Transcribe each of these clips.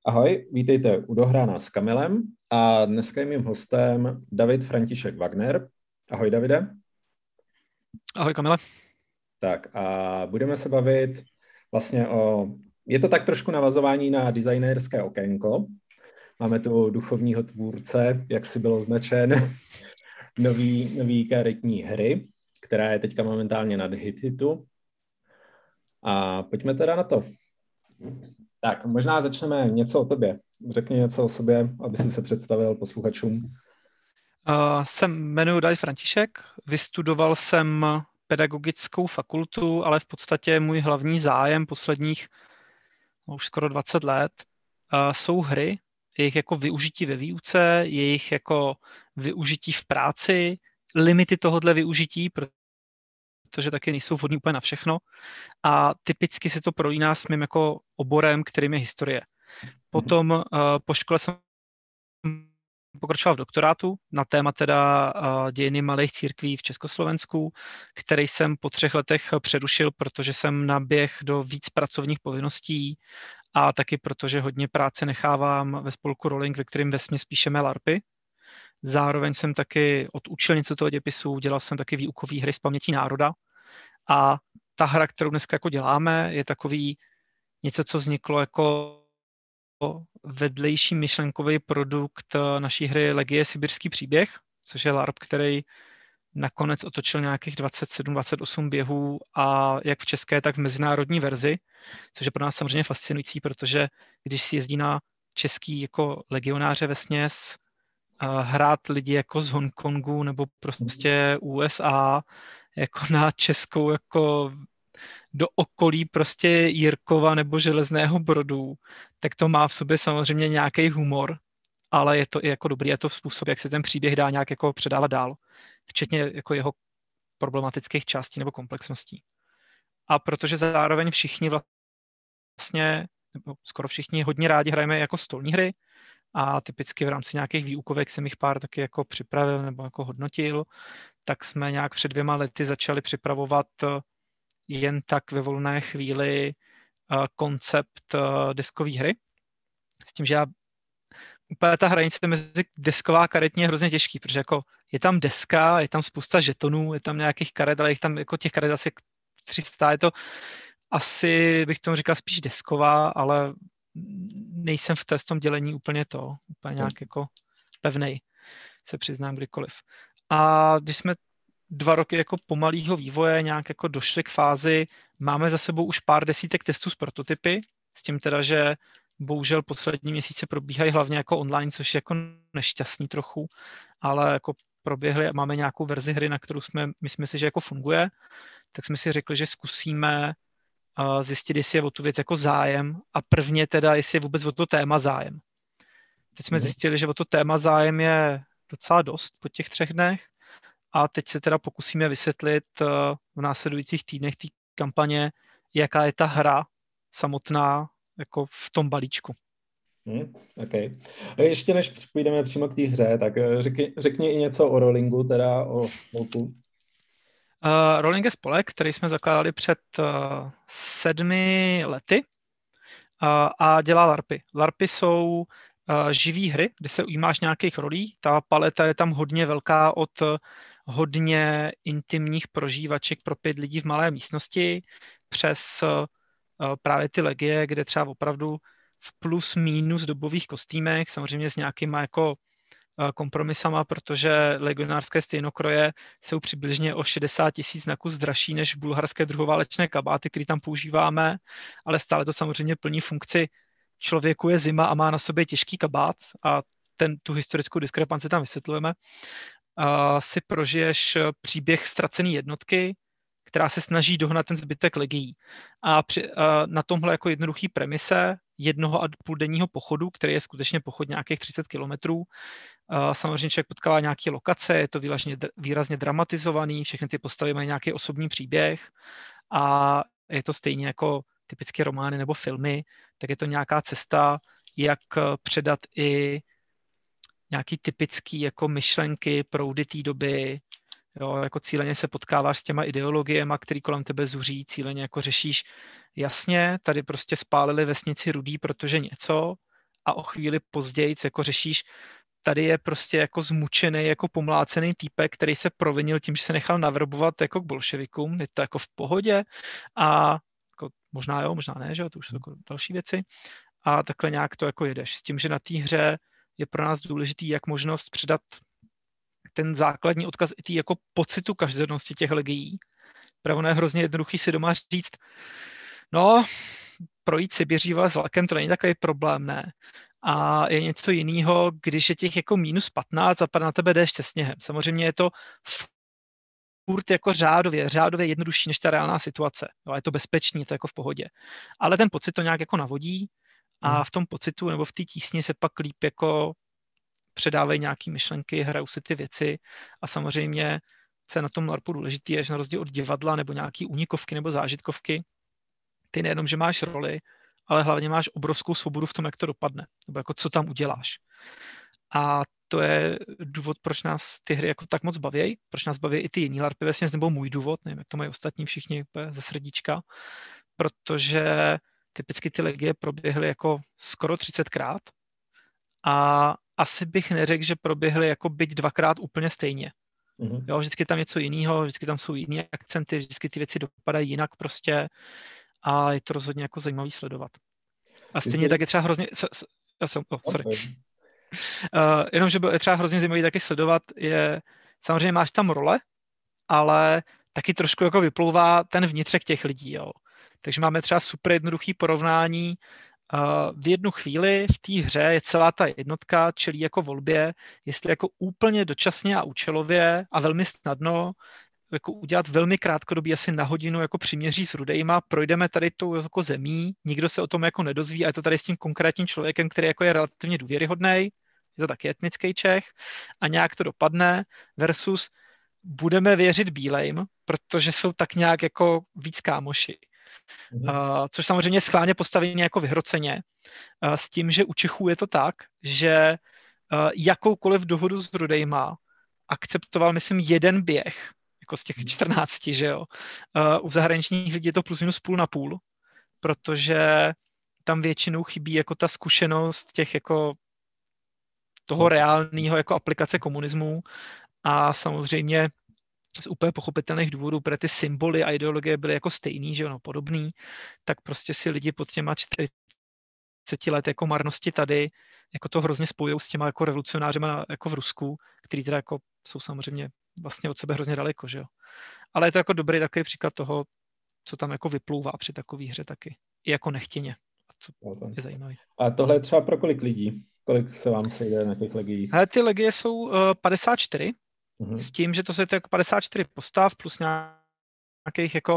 Ahoj, vítejte u Dohrána s Kamilem a dneska je mým hostem David František Wagner. Ahoj, Davide. Ahoj Kamile. Tak a budeme se bavit vlastně je to tak trošku navazování na designerské okénko. Máme tu duchovního tvůrce, jak si bylo označen, nový karetní hry, která je teďka momentálně na Hithitu. A pojďme teda na to. Tak, možná začneme něco o tobě. Řekni něco o sobě, aby si se představil posluchačům. Jmenuji David František, vystudoval jsem pedagogickou fakultu, ale v podstatě můj hlavní zájem posledních už skoro 20 let jsou hry, jejich jako využití ve výuce, jejich jako využití v práci, limity tohohle využití, protože taky nejsou vhodný úplně na všechno. A typicky se to prolíná s mým jako oborem, kterým je historie. Potom po škole jsem pokračoval v doktorátu na téma teda dějiny malých církví v Československu, který jsem po 3 letech přerušil, protože jsem naběh do víc pracovních povinností a taky protože hodně práce nechávám ve spolku Rolling, ve kterém vesměs píšeme LARPy. Zároveň jsem taky odučil něco toho dějepisu, dělal jsem taky výukové hry z paměti národa a ta hra, kterou dneska jako děláme, je takový něco, co vzniklo jako vedlejší myšlenkový produkt naší hry Legie Sibirský příběh, což je LARP, který nakonec otočil nějakých 27-28 běhů a jak v české, tak v mezinárodní verzi, což je pro nás samozřejmě fascinující, protože když si jezdí na český jako legionáře vesměs, hrát lidi jako z Hongkongu nebo prostě USA jako na českou jako do okolí prostě Jirkova nebo Železného Brodu, tak to má v sobě samozřejmě nějaký humor, ale je to i jako dobrý, je to způsob, jak se ten příběh dá nějak jako předávat dál, včetně jako jeho problematických částí nebo komplexností. A protože zároveň všichni vlastně, nebo skoro všichni hodně rádi hrajeme jako stolní hry a typicky v rámci nějakých výukovek jsem jich pár taky jako připravil nebo jako hodnotil, tak jsme nějak před 2 lety začali připravovat jen tak ve volné chvíli koncept deskové hry. S tím, že úplně ta hranice mezi desková a karetní je hrozně těžký, protože jako je tam deska, je tam spousta žetonů, je tam nějakých karet, ale je tam jako těch karet asi 300, je to asi, bych tomu říkal, spíš desková, ale nejsem v tom dělení úplně nějak jako pevnej, se přiznám kdykoliv. A když jsme 2 roky jako pomalýho vývoje nějak jako došli k fázi, máme za sebou už pár desítek testů s prototypy, s tím teda, že bohužel poslední měsíce probíhají hlavně jako online, což je jako nešťastný trochu, ale jako proběhly a máme nějakou verzi hry, na kterou myslíme si, že jako funguje, tak jsme si řekli, že zkusíme zjistit, jestli je o tu věc jako zájem a prvně teda, jestli je vůbec o to téma zájem. Teď jsme zjistili, že o to téma zájem je docela dost po těch 3 dnech a teď se teda pokusíme vysvětlit v následujících týdnech té kampaně, jaká je ta hra samotná jako v tom balíčku. Okay. Ještě než půjdeme přímo k té hře, tak řekni i něco o Rollingu, teda o spolku. Rolling je spolek, který jsme zakládali před 7 lety a dělá LARPy. LARPy jsou živý hry, kde se ujímáš nějakých rolí. Ta paleta je tam hodně velká od hodně intimních prožívaček pro 5 lidí v malé místnosti přes právě ty legie, kde třeba opravdu v plus minus dobových kostýmech, samozřejmě s nějakýma jako kompromisama, protože legionářské stejnokroje jsou přibližně o 60 000 na kus dražší než bulharské druhoválečné kabáty, které tam používáme, ale stále to samozřejmě plní funkci. Člověku je zima a má na sobě těžký kabát a tu historickou diskrepanci tam vysvětlujeme. Si prožiješ příběh ztracený jednotky, která se snaží dohnat ten zbytek legií. A na tomhle jako jednoduchý premise 1,5 denního pochodu, který je skutečně pochod nějakých 30 kilometrů. Samozřejmě člověk potkává nějaké lokace, je to výrazně dramatizovaný, všechny ty postavy mají nějaký osobní příběh a je to stejně jako typické romány nebo filmy, tak je to nějaká cesta, jak předat i nějaký typický jako myšlenky, proudy té doby. Jo, jako cíleně se potkáváš s těma ideologiemi, který kolem tebe zuří, cíleně jako řešíš, jasně, tady prostě spálili vesnici Rudý, protože něco, a o chvíli později jako řešíš, tady je prostě jako zmučený, jako pomlácený týpek, který se provinil tím, že se nechal navrbovat jako k bolševikům, je to jako v pohodě a jako možná jo, možná ne, že jo, to už jsou jako další věci a takhle nějak to jako jedeš. S tím, že na té hře je pro nás důležitý jak možnost předat ten základní odkaz i tý jako pocitu každodennosti těch legií. Ono je hrozně jednoduchý si doma říct, no, projít Sibiří s vlakem, to není takový problém, ne. A je něco jiného, když je těch jako -15 a padá na tebe déšť se sněhem. Samozřejmě je to furt jako řádově jednodušší než ta reálná situace. Jo, je to bezpečný, to je jako v pohodě. Ale ten pocit to nějak jako navodí a v tom pocitu nebo v té tísni se pak líp jako předávají nějaké myšlenky, hrajou si ty věci a samozřejmě, co je na tom LARPu důležitý, je, že na rozdíl od divadla nebo nějaký únikovky nebo zážitkovky, ty nejenom, že máš roli, ale hlavně máš obrovskou svobodu v tom, jak to dopadne, nebo jako co tam uděláš. A to je důvod, proč nás ty hry jako tak moc baví, proč nás baví i ty jiný LARPy vesměs, nebo můj důvod, nevím, jak to mají ostatní všichni ze srdíčka, protože typicky ty legie proběhly jako skoro 30krát a asi bych neřekl, že proběhly jako byť 2krát úplně stejně. Jo, vždycky tam něco jiného, vždycky tam jsou jiné akcenty, vždycky ty věci dopadají jinak prostě a je to rozhodně jako zajímavý sledovat. A stejně tak je třeba hrozně... Jenomže je třeba hrozně zajímavý taky sledovat, je samozřejmě máš tam role, ale taky trošku jako vyplouvá ten vnitřek těch lidí, jo. Takže máme třeba super jednoduchý porovnání. V jednu chvíli v té hře je celá ta jednotka čelí jako volbě, jestli jako úplně dočasně a účelově a velmi snadno jako udělat velmi krátkodobý, asi na hodinu jako příměří s rudejma, projdeme tady tou jako zemí, nikdo se o tom jako nedozví a je to tady s tím konkrétním člověkem, který jako je relativně důvěryhodnej, je to taky etnický Čech a nějak to dopadne versus budeme věřit bílejm, protože jsou tak nějak jako víc kámoši. Což samozřejmě schválně postavení jako vyhroceně, s tím, že u Čechů je to tak, že jakoukoliv dohodu s rudejma akceptoval, myslím, jeden běh, jako z těch 14, že jo. U zahraničních lidí je to plus minus půl na půl, protože tam většinou chybí jako ta zkušenost těch jako toho reálného jako aplikace komunismu a samozřejmě z úplně pochopitelných důvodů, protože ty symboly a ideologie byly jako stejný, že ono podobný, tak prostě si lidi pod těma 40 let jako marnosti tady jako to hrozně spojujou s těma jako revolucionářema jako v Rusku, který teda jako jsou samozřejmě vlastně od sebe hrozně daleko, že jo. Ale je to jako dobrý takový příklad toho, co tam jako vyplouvá při takové hře taky. I jako nechtěně. A co je zajímavý. A tohle je třeba pro kolik lidí? Kolik se vám sejde na těch legiích? Hele, ty legie jsou 54, s tím, že to je jako 54 postav plus nějakých jako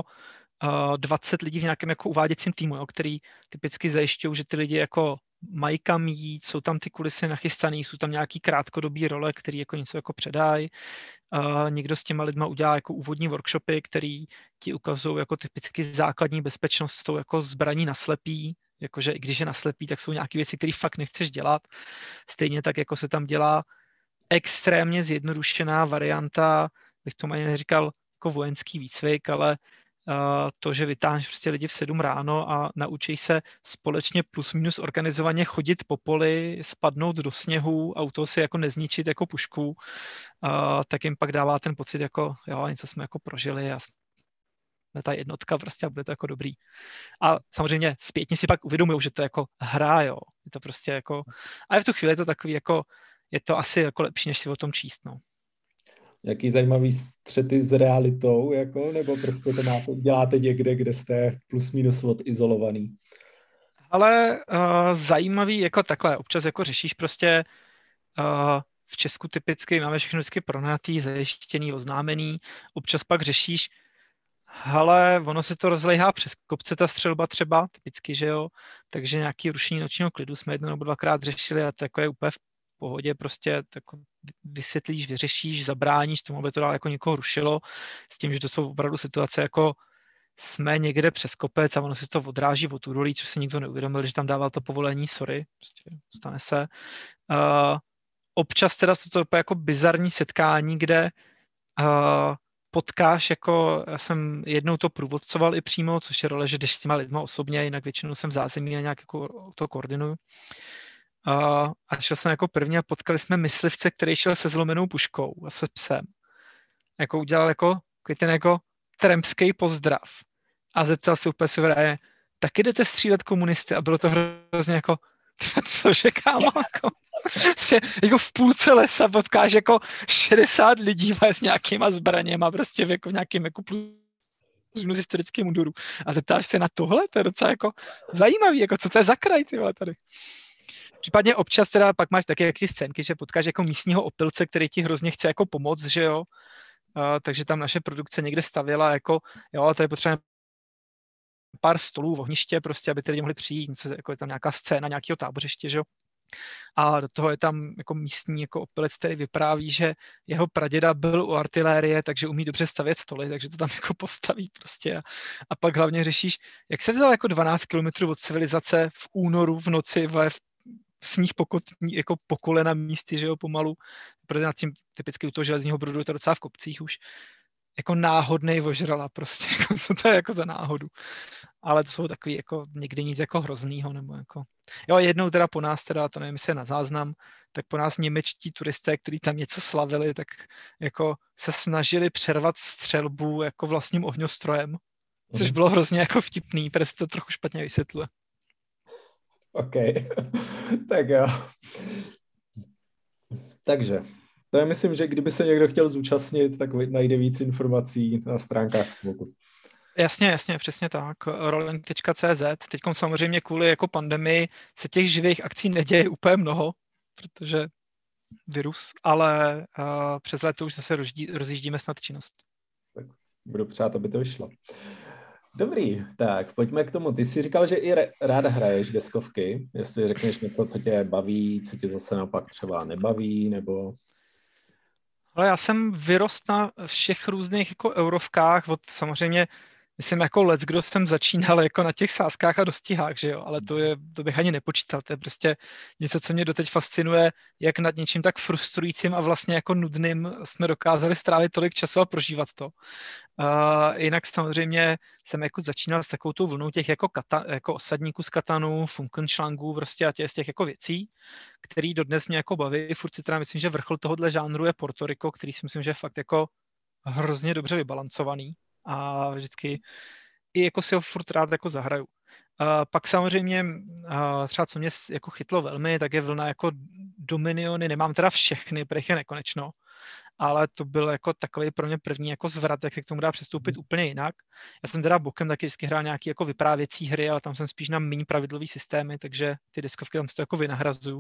20 lidí v nějakém jako uváděcím týmu, jo, který typicky zajišťují, že ty lidi jako mají kam jít, jsou tam ty kulisy nachystaný, jsou tam nějaký krátkodobý role, který jako něco jako předají. Někdo s těma lidma udělá jako úvodní workshopy, který ti ukazují jako typicky základní bezpečnost s tou jako zbraní naslepí, jakože i když je naslepí, tak jsou nějaké věci, které fakt nechceš dělat. Stejně tak, jako se tam dělá extrémně zjednodušená varianta, bych tomu ani neříkal jako vojenský výcvik, ale to, že vytáhneš prostě lidi v 7 ráno a naučí se společně plus minus organizovaně chodit po poli, spadnout do sněhu a u toho si jako nezničit jako pušku, tak jim pak dává ten pocit jako jo, něco jsme jako prožili a jsme ta jednotka prostě a bude to jako dobrý. A samozřejmě zpětně si pak uvědomují, že to jako hra, jo. Je to prostě jako, ale v tu chvíli je to takový jako, je to asi jako lepší, než si o tom číst, no. Jaký zajímavý střety s realitou, jako, nebo prostě to děláte někde, kde jste plus minus odizolovaný? Ale zajímavý jako takhle, občas jako řešíš prostě v Česku typicky máme všechno vždycky pronatý, zajištěný, oznámený, občas pak řešíš, ale ono se to rozlejhá přes kopce ta střelba třeba, typicky, že jo, takže nějaký rušení nočního klidu jsme 1 nebo 2krát řešili a to jako je úplně v pohodě, prostě jako vysvětlíš, vyřešíš, zabráníš tomu, aby to dál jako někoho rušilo, s tím, že to jsou opravdu situace jako jsme někde přes kopec a ono se to odráží od údolí, což si nikdo neuvědomil, že tam dával to povolení, sorry, prostě stane se. Občas teda jsou to jako bizarní setkání, kde potkáš, jako já jsem jednou to průvodcoval i přímo, což je role, že jdeš s těma lidma osobně, jinak většinou jsem v zázemí a nějak jako to koordinuju. A šel jsem jako první a potkali jsme myslivce, který šel se zlomenou puškou a se psem. Jako udělal jako ten jako trampský pozdrav. A zeptal se úplně suverénně, taky jdete střílet komunisty? A bylo to hrozně jako, cože kámo, jako v půlce lesa potkáš jako 60 lidí s nějakýma zbraněma, prostě jako v nějakým jako plus historickém munduru. A zeptáš se na tohle? To je docela jako zajímavý, jako co to je za kraj, ty vole, tady. Případně občas teda pak máš taky jaký scénky, že potkáš jako místního opilce, který ti hrozně chce jako pomoct, že jo. Takže tam naše produkce někde stavěla jako, jo, tady potřebujeme pár stolů v ohniště, prostě, aby ty lidi mohli přijít, něco, jako je tam nějaká scéna nějakého tábořiště, že jo. A do toho je tam jako místní jako opilec, který vypráví, že jeho praděda byl u artilérie, takže umí dobře stavět stoly, takže to tam jako postaví prostě. A pak hlavně řešíš, jak se vzal jako 12 kilometrů od civilizace v únoru v noci v sníh jako po kolena místy, že jo, pomalu, protože nad tím typicky u toho železního brodu je to docela v kopcích už, jako náhodnej ožrala prostě, jako, co to je jako za náhodu. Ale to jsou takový jako někdy nic jako hroznýho, nebo jako... Jo, jednou teda po nás, teda, to nevím, jestli je na záznam, tak po nás němečtí turisté, kteří tam něco slavili, tak jako se snažili přervat střelbu jako vlastním ohňostrojem, což bylo hrozně jako vtipný, protože se to trochu špatně vysvětluje. OK, tak jo. Takže, to je myslím, že kdyby se někdo chtěl zúčastnit, tak najde víc informací na stránkách Smoku. Jasně, přesně tak. Rolling.cz. Teď samozřejmě kvůli jako pandemii se těch živých akcí neděje úplně mnoho, protože virus, ale přes léto už zase rozjíždíme snad činnost. Tak budu přát, aby to vyšlo. Dobrý, tak pojďme k tomu. Ty jsi říkal, že i ráda hraješ deskovky. Jestli řekneš něco, co tě baví, co tě zase naopak třeba nebaví, nebo... Ale já jsem vyrost na všech různých jako eurovkách, od samozřejmě, myslím, jako kdo jsem začínal jako na těch sázkách a dostihách, že jo, ale to bych ani nepočítal, to je prostě něco, co mě doteď fascinuje, jak nad něčím tak frustrujícím a vlastně jako nudným jsme dokázali strávit tolik času a prožívat to. Jinak samozřejmě jsem jako začínal s takovou tou vlnou těch jako osadníků z Katanu, Funkenschlangů prostě a těch z těch jako věcí, který dodnes mě jako baví. Furt si teda myslím, že vrchol tohohle žánru je Puerto Rico, který si myslím, že je fakt jako hrozně dobře vybalancovaný a vždycky i jako si ho furt rád jako zahraju. Pak samozřejmě třeba co mě jako chytlo velmi, tak je vlna jako Dominiony, nemám teda všechny, protože je nekonečno, ale to byl jako takový pro mě první jako zvrat, jak se k tomu dá přistoupit úplně jinak. Já jsem teda bokem taky vždycky hrál nějaký jako vyprávěcí hry, ale tam jsem spíš na méně pravidlový systémy, takže ty deskovky tam si to jako vynahrazuju.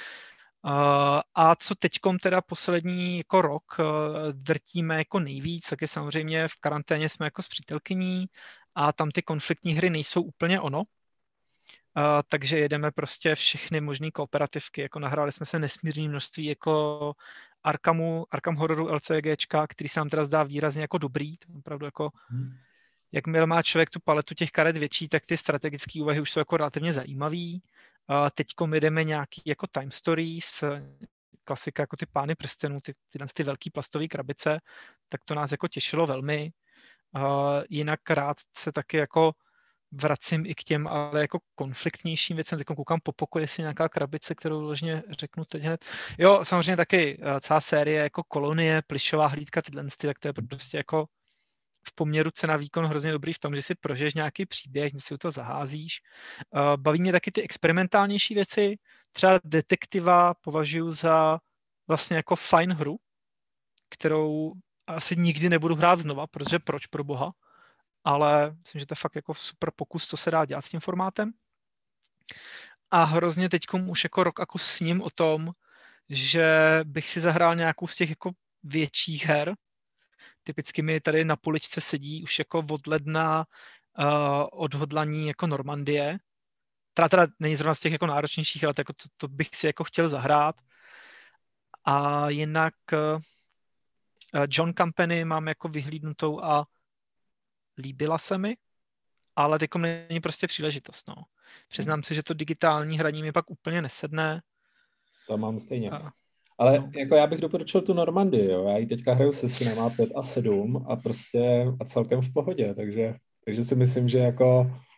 A co teďkom teda poslední jako rok drtíme jako nejvíc, tak je samozřejmě v karanténě jsme jako s přítelkyní a tam ty konfliktní hry nejsou úplně ono. Takže jedeme prostě všechny možné kooperativky, jako nahráli jsme se nesmírné množství jako Arkham Horroru LCGčka, který se nám teda zdá výrazně jako dobrý, to opravdu jako jakmile má člověk tu paletu těch karet větší, tak ty strategické úvahy už jsou jako relativně zajímavý. Teďkom jedeme nějaký jako Time Stories, klasika jako ty Pány prstenů, ty velký plastové krabice, tak to nás jako těšilo velmi. Jinak rád se taky jako vracím i k těm, ale jako konfliktnějším věcem. Teď koukám po pokoji, jestli nějaká krabice, kterou vložně řeknu teď hned. Jo, samozřejmě taky celá série jako Kolonie, Plyšová hlídka, tyhle, tak to je prostě jako v poměru cena výkon hrozně dobrý v tom, že si prožiješ nějaký příběh, že si u toho zaházíš. Baví mě taky ty experimentálnější věci. Třeba Detektiva považuji za vlastně jako fajn hru, kterou asi nikdy nebudu hrát znova, protože proč pro boha? Ale myslím, že to je fakt jako super pokus, co se dá dělat s tím formátem. A hrozně teďkom už jako rok jako s ním o tom, že bych si zahrál nějakou z těch jako větších her. Typicky mi tady na poličce sedí už jako od ledna odhodlaní jako Normandie. Teda není zrovna z těch jako náročnějších, ale jako to bych si jako chtěl zahrát. A jinak John Company mám jako vyhlídnutou a líbila se mi, ale teďkom není prostě příležitost. No. Přiznám si, že to digitální hraní mi pak úplně nesedne. To mám stejně. Ale no. Jako já bych doporučil tu Normandii, jo. Já ji teďka hraju se synem, má 5 a 7 a prostě a celkem v pohodě, takže si myslím, že jako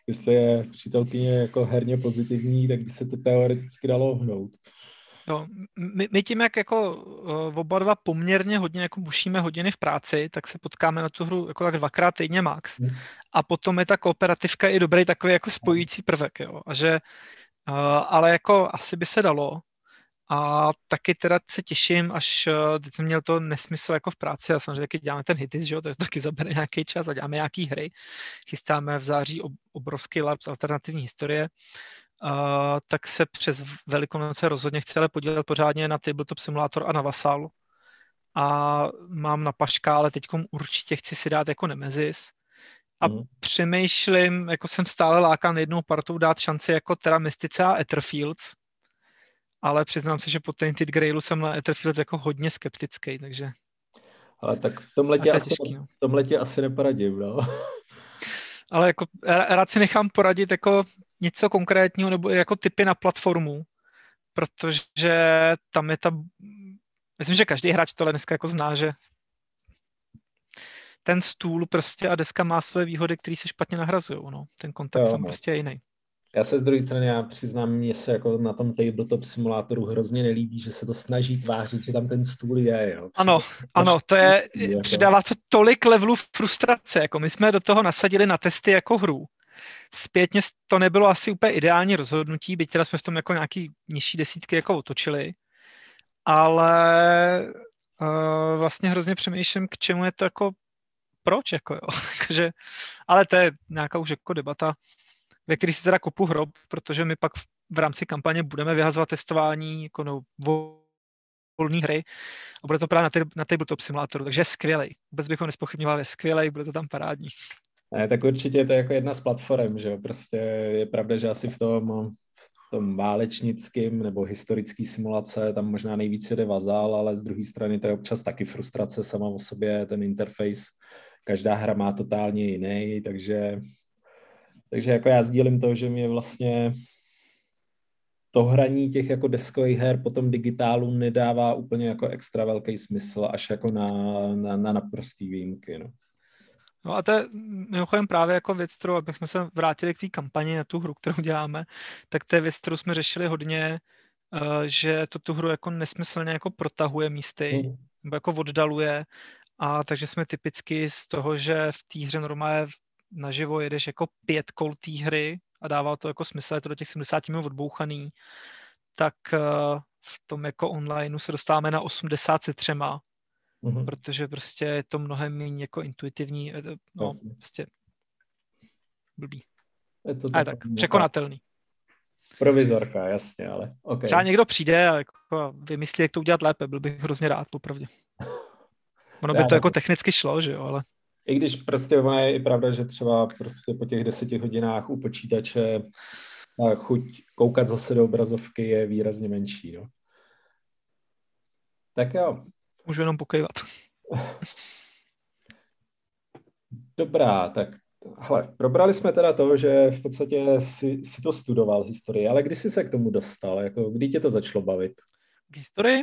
jestli je přítelkyně jako herně pozitivní, tak by se to teoreticky dalo ohnout. Jo, my tím, jak jako oba dva poměrně hodně jako bušíme hodiny v práci, tak se potkáme na tu hru jako tak 2x týdně max. A potom je ta kooperativka i dobrý takový jako spojující prvek, jo. A že, ale jako asi by se dalo. A taky teda se těším, až teď jsem měl to nesmysl jako v práci a samozřejmě taky děláme ten hitis, že jo, to taky zabere nějaký čas a děláme nějaký hry. Chystáme v září obrovský LARP z alternativní historie. Tak se přes Velikonoce rozhodně chci ale podílet pořádně na Tabletop Simulator a na Vassal. A mám na paškále teďkom určitě chci si dát jako Nemesis. A přemýšlím, jako jsem stále lákán jednou partou dát šanci jako teda Mystice a Etherfields, ale přiznám se, že po Tainted Grailu jsem na Etherfields jako hodně skeptický, takže... Ale tak v tom letě asi neporadím, no. Ale jako rád si nechám poradit jako něco konkrétního nebo jako tipy na platformu, protože tam je ta... Myslím, že každý hráč tohle dneska jako zná, že ten stůl prostě a deska má své výhody, které se špatně nahrazují. No. Ten kontakt tam prostě je jiný. Já se z druhé strany, já přiznám, mně se jako na tom Tabletop Simulátoru hrozně nelíbí, že se to snaží tvářit, že tam ten stůl je. Jo. Ano, to je, přidává to tolik levelů frustrace. Jako my jsme do toho nasadili na testy jako hru. Zpětně to nebylo asi úplně ideální rozhodnutí, byť teda jsme v tom jako nějaký nižší desítky jako otočili, ale vlastně hrozně přemýšlím, k čemu je to jako, proč jako jo. Ale to je nějaká už jako debata, ve který si teda kopu hrob, protože my pak v rámci kampaně budeme vyhazovat testování jako volné hry a bude to právě na Tabletop Simulatoru, takže je skvělej. Vůbec bychom nespochybňovali, je skvělej, bude to tam parádní. Ne, tak určitě je to jako jedna z platform, že jo, prostě je pravda, že asi v tom válečnickém nebo historický simulace tam možná nejvíc jde Vassal, ale z druhé strany to je občas taky frustrace sama o sobě, ten interface, každá hra má totálně jiný, takže jako já sdílím to, že mě vlastně to hraní těch jako deskových her po tom digitálu nedává úplně jako extra velký smysl, až jako na naprostý výjimky, no. No a to je mimochodem právě jako věc, kterou, abychom se vrátili k té kampani na tu hru, kterou děláme, tak to je věc, kterou jsme řešili hodně, že to tu hru jako nesmyslně jako protahuje místy, nebo jako oddaluje, a takže jsme typicky z toho, že v té hře normálně naživo jedeš jako 5 kol té hry a dává to jako smysl, je to do těch 70 minut odbouchaný, tak v tom jako onlineu se dostáváme na 80 se 3, protože prostě je to mnohem méně jako intuitivní, no prostě blbý. Je tak překonatelný. Provizorka, jasně, ale okay. Třeba někdo přijde a jako vymyslí, jak to udělat lépe, byl bych hrozně rád, popravdě. Ono by to jako technicky šlo, že jo, ale... I když prostě je i pravda, že třeba prostě po těch 10 hodinách u počítače chuť koukat zase do obrazovky je výrazně menší, no. Tak jo. Můžu jenom pokejvat. Dobrá, tak hele, probrali jsme teda to, že v podstatě si to studoval historii, ale kdy jsi se k tomu dostal? Jako, kdy tě to začalo bavit? K historii?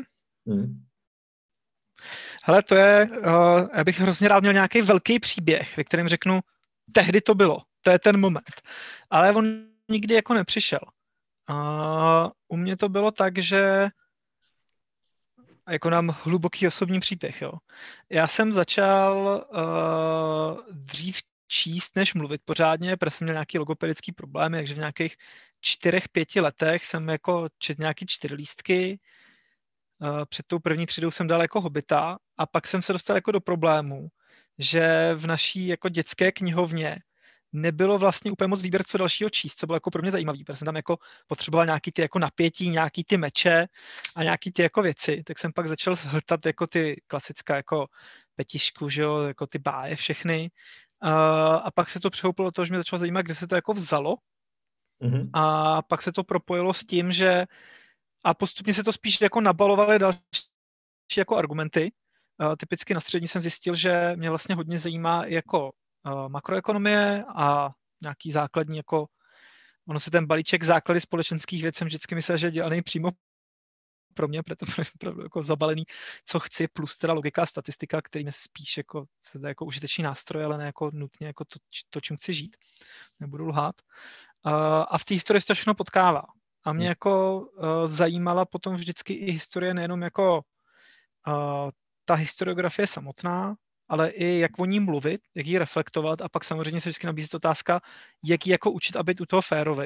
Hele, to je, já bych hrozně rád měl nějaký velký příběh, ve kterém řeknu, tehdy to bylo, to je ten moment. Ale on nikdy jako nepřišel. U mě to bylo tak, že jako nám hluboký osobní příběh, jo. Já jsem začal dřív číst, než mluvit pořádně, protože jsem měl nějaký logopedický problémy, takže v nějakých 4-5 letech jsem jako četl nějaký 4lístky. Před tou první třídou jsem dal jako hobita a pak jsem se dostal jako do problému, že v naší jako dětské knihovně nebylo vlastně úplně moc výběr, co dalšího číst, co bylo jako pro mě zajímavý, protože jsem tam jako potřeboval nějaký ty jako napětí, nějaký ty meče a nějaký ty jako věci, tak jsem pak začal hltat jako ty klasická jako Petišku, že jo, jako ty báje všechny. A pak se to přehoupilo do toho, že mě začalo zajímat, kde se to jako vzalo. A pak se to propojilo s tím, že a postupně se to spíš jako nabalovaly další jako argumenty. Typicky na střední jsem zjistil, že mě vlastně hodně zajímá jako makroekonomie a nějaký základní jako, ono se ten balíček základy společenských věcí jsem vždycky myslel, že je dělaný přímo pro mě, protože to je opravdu jako zabalený, co chci, plus teda logika a statistika, kterým je spíš jako, se zdá jako užitečný nástroj, ale ne jako nutně jako to čím chci žít. Nebudu lhát. A v té historii se to všechno potkává. A mě jako zajímala potom vždycky i historie nejenom jako ta historiografie samotná, ale i jak o ní mluvit, jak ji reflektovat a pak samozřejmě se vždycky nabízí otázka, jak ji jako učit a být u toho férovej.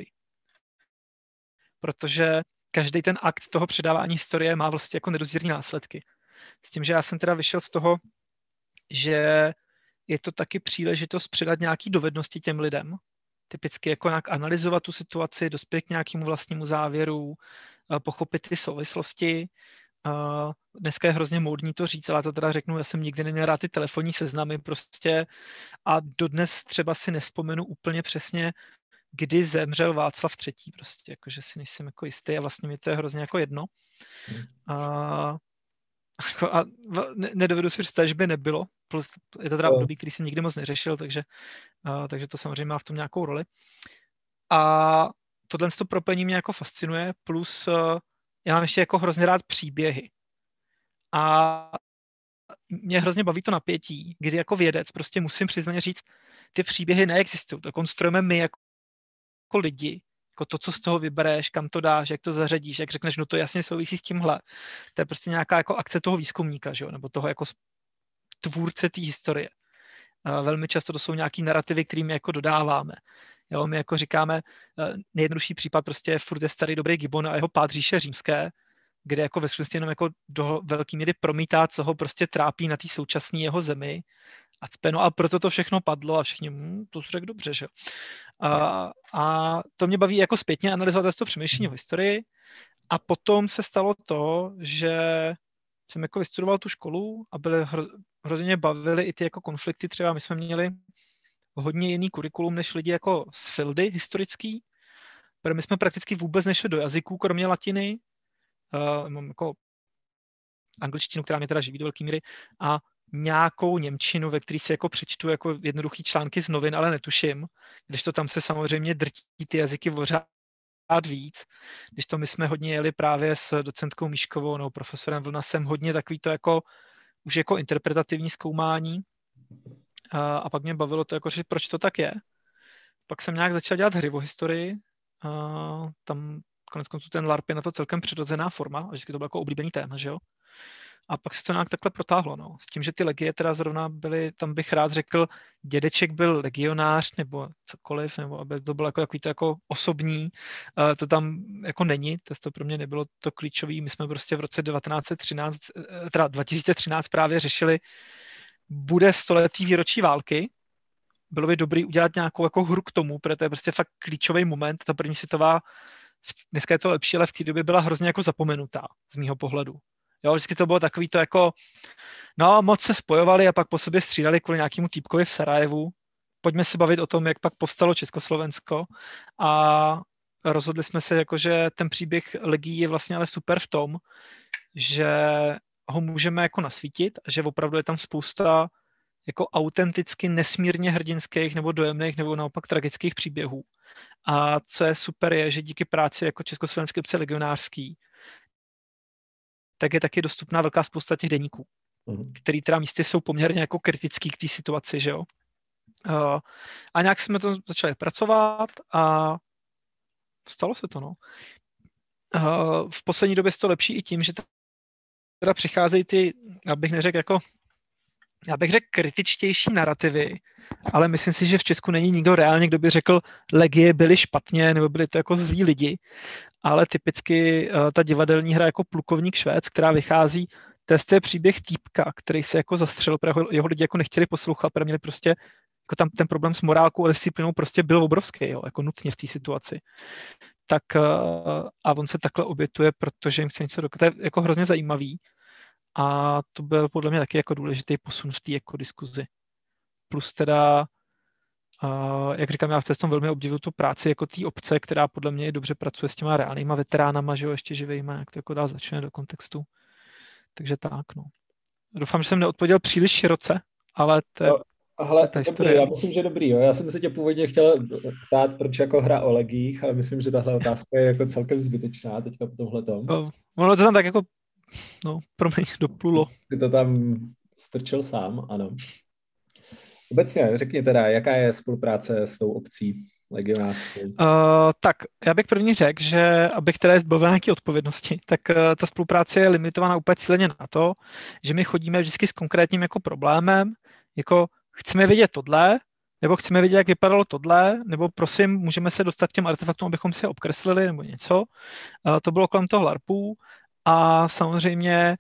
Protože každý ten akt toho předávání historie má vlastně jako nedozírný následky. S tím, že já jsem teda vyšel z toho, že je to taky příležitost předat nějaký dovednosti těm lidem, typicky jako nějak analyzovat tu situaci, dospět k nějakému vlastnímu závěru, pochopit ty souvislosti. Dneska je hrozně módní to říct, ale to teda řeknu, já jsem nikdy neměl rád ty telefonní seznamy prostě a dodnes třeba si nespomenu úplně přesně, kdy zemřel Václav III. Prostě, jakože si nejsem jako jistý a vlastně mi to je hrozně jako jedno. A nedovedu si představit, že by nebylo. Je to teda období, který jsem nikdy moc neřešil, takže to samozřejmě má v tom nějakou roli. A tohle propojení mě jako fascinuje, plus já mám ještě jako hrozně rád příběhy. A mě hrozně baví to napětí, kdy jako vědec prostě musím přiznaně říct, ty příběhy neexistují. To konstruujeme my jako lidi, jako to, co z toho vybereš, kam to dáš, jak to zařadíš, jak řekneš, no to jasně souvisí s tímhle. To je prostě nějaká jako akce toho výzkumníka, že jo? Nebo toho jako tvůrce té historie. Velmi často to jsou nějaký narrativy, kterými jako dodáváme. Jo, my jako říkáme, nejjednodušší případ prostě je furt je starý dobrý Gibbon a jeho Pád říše římské, kde jako ve skutečnosti jenom jako do velký míry promítá, co ho prostě trápí na té současné jeho zemi. A proto to všechno padlo a všichni, to řekl dobře, že? A to mě baví jako zpětně analyzovat to přemýšlení v historii. A potom se stalo to, že jsem jako vystudoval tu školu a hrozně bavily i ty jako konflikty. Třeba my jsme měli hodně jiný kurikulum než lidi jako z fildy historický, protože my jsme prakticky vůbec nešli do jazyků, kromě latiny. Mám jako angličtinu, která mě teda živí do velké míry, a nějakou němčinu, ve který si jako přečtu jako jednoduchý články z novin, ale netuším, když to tam se samozřejmě drtí ty jazyky pořád víc. Když to my jsme hodně jeli právě s docentkou Míškovou nebo profesorem Vlnasem, hodně takový to jako už jako interpretativní zkoumání. A pak mě bavilo to jako říct, proč to tak je. Pak jsem nějak začal dělat hry o historii. Tam koneckonců ten LARP je na to celkem přirozená forma, a vždycky to bylo jako oblíbený téma, že jo. A pak se to nějak takhle protáhlo, no. S tím, že ty legie teda zrovna byly, tam bych rád řekl, dědeček byl legionář nebo cokoliv, nebo aby to bylo jako takový to jako osobní, to tam jako není, to pro mě nebylo to klíčový. My jsme prostě v roce 2013 právě řešili, bude stoletý výročí války, bylo by dobrý udělat nějakou jako hru k tomu, protože to je prostě fakt klíčový moment, ta první světová, dneska je to lepší, ale v té době byla hrozně jako zapomenutá z mýho pohledu. Jo, vždycky to bylo takový to jako, no moc se spojovali a pak po sobě střídali kvůli nějakému týpkovi v Sarajevu. Pojďme se bavit o tom, jak pak povstalo Československo a rozhodli jsme se, jako, že ten příběh legií je vlastně ale super v tom, že ho můžeme jako nasvítit a že opravdu je tam spousta jako autenticky nesmírně hrdinských nebo dojemných nebo naopak tragických příběhů. A co je super je, že díky práci jako Československé obce legionářský tak je taky dostupná velká spousta těch deníků, který teda místy jsou poměrně jako kritický k té situaci, že jo. A nějak jsme to začali pracovat a stalo se to, no. V poslední době je to lepší i tím, že teda přicházejí ty, já bych řekl kritičtější narrativy, ale myslím si, že v Česku není nikdo reálně, kdo by řekl, legie byly špatně, nebo byli to jako zlí lidi, ale typicky ta divadelní hra jako Plukovník Švéd, která vychází, to je příběh týpka, který se jako zastřelil, protože jeho lidi jako nechtěli poslouchat, protože měli prostě, jako tam ten problém s morálkou a disciplínou prostě byl obrovský, jo, jako nutně v té situaci. Tak a on se takhle obětuje, protože jim chce něco dokázat. To je jako hrozně zajímavý. A to byl podle mě taky jako důležitý posun v té jako diskuzi. Plus teda, jak říkám, já v tom velmi obdivuju tu práci jako té obce, která podle mě dobře pracuje s těma reálnýma veteránama, že jo, ještě živejma, jak to jako dá začne do kontextu. Takže tak, no. Doufám, že jsem neodpověděl příliš široce, ale to je To je Ale ta dobrý, historie. já myslím, že dobrý. Jo. Já jsem se tě původně chtěl ptát, proč jako hra o legích, ale myslím, že tahle otázka je jako celkem zbytečná teďka po tomhletom. Ono to tam tak jako, no, promiň, doplulo. Ty to tam strčil sám, ano. Obecně řekni teda, jaká je spolupráce s tou obcí legionářskou? Tak já bych první řekl, že abych teda zbavil nějaké odpovědnosti, tak ta spolupráce je limitovaná úplně cíleně na to, že my chodíme vždycky s konkrétním jako problémem, jako chceme vědět tohle, nebo chceme vědět, jak vypadalo tohle, nebo prosím, můžeme se dostat k těm artefaktům, abychom si je obkreslili, nebo něco. To bylo kolem toho LARPu a samozřejmě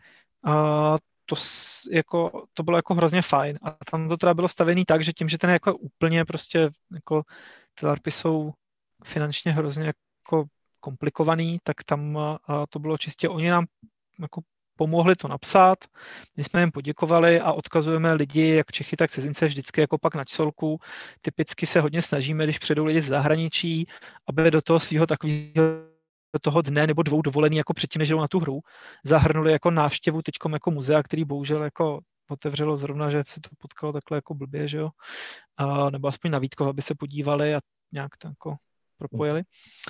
to bylo jako hrozně fajn. A tam to teda bylo stavený tak, že tím, že ten je jako úplně prostě jako ty LARPy jsou finančně hrozně jako komplikovaný, tak tam to bylo čistě, oni nám jako pomohli to napsat, my jsme jim poděkovali a odkazujeme lidi, jak Čechy, tak cizince, vždycky jako pak na čsolku. Typicky se hodně snažíme, když přijdou lidi z zahraničí, aby do toho svého takového toho dne nebo 2 dovolený jako předtím, než jdou na tu hru, zahrnuli jako návštěvu teďkom jako muzea, který bohužel jako otevřelo zrovna, že se to potkalo takhle jako blbě, že jo, nebo aspoň na Vítkov, aby se podívali a nějak to jako propojili.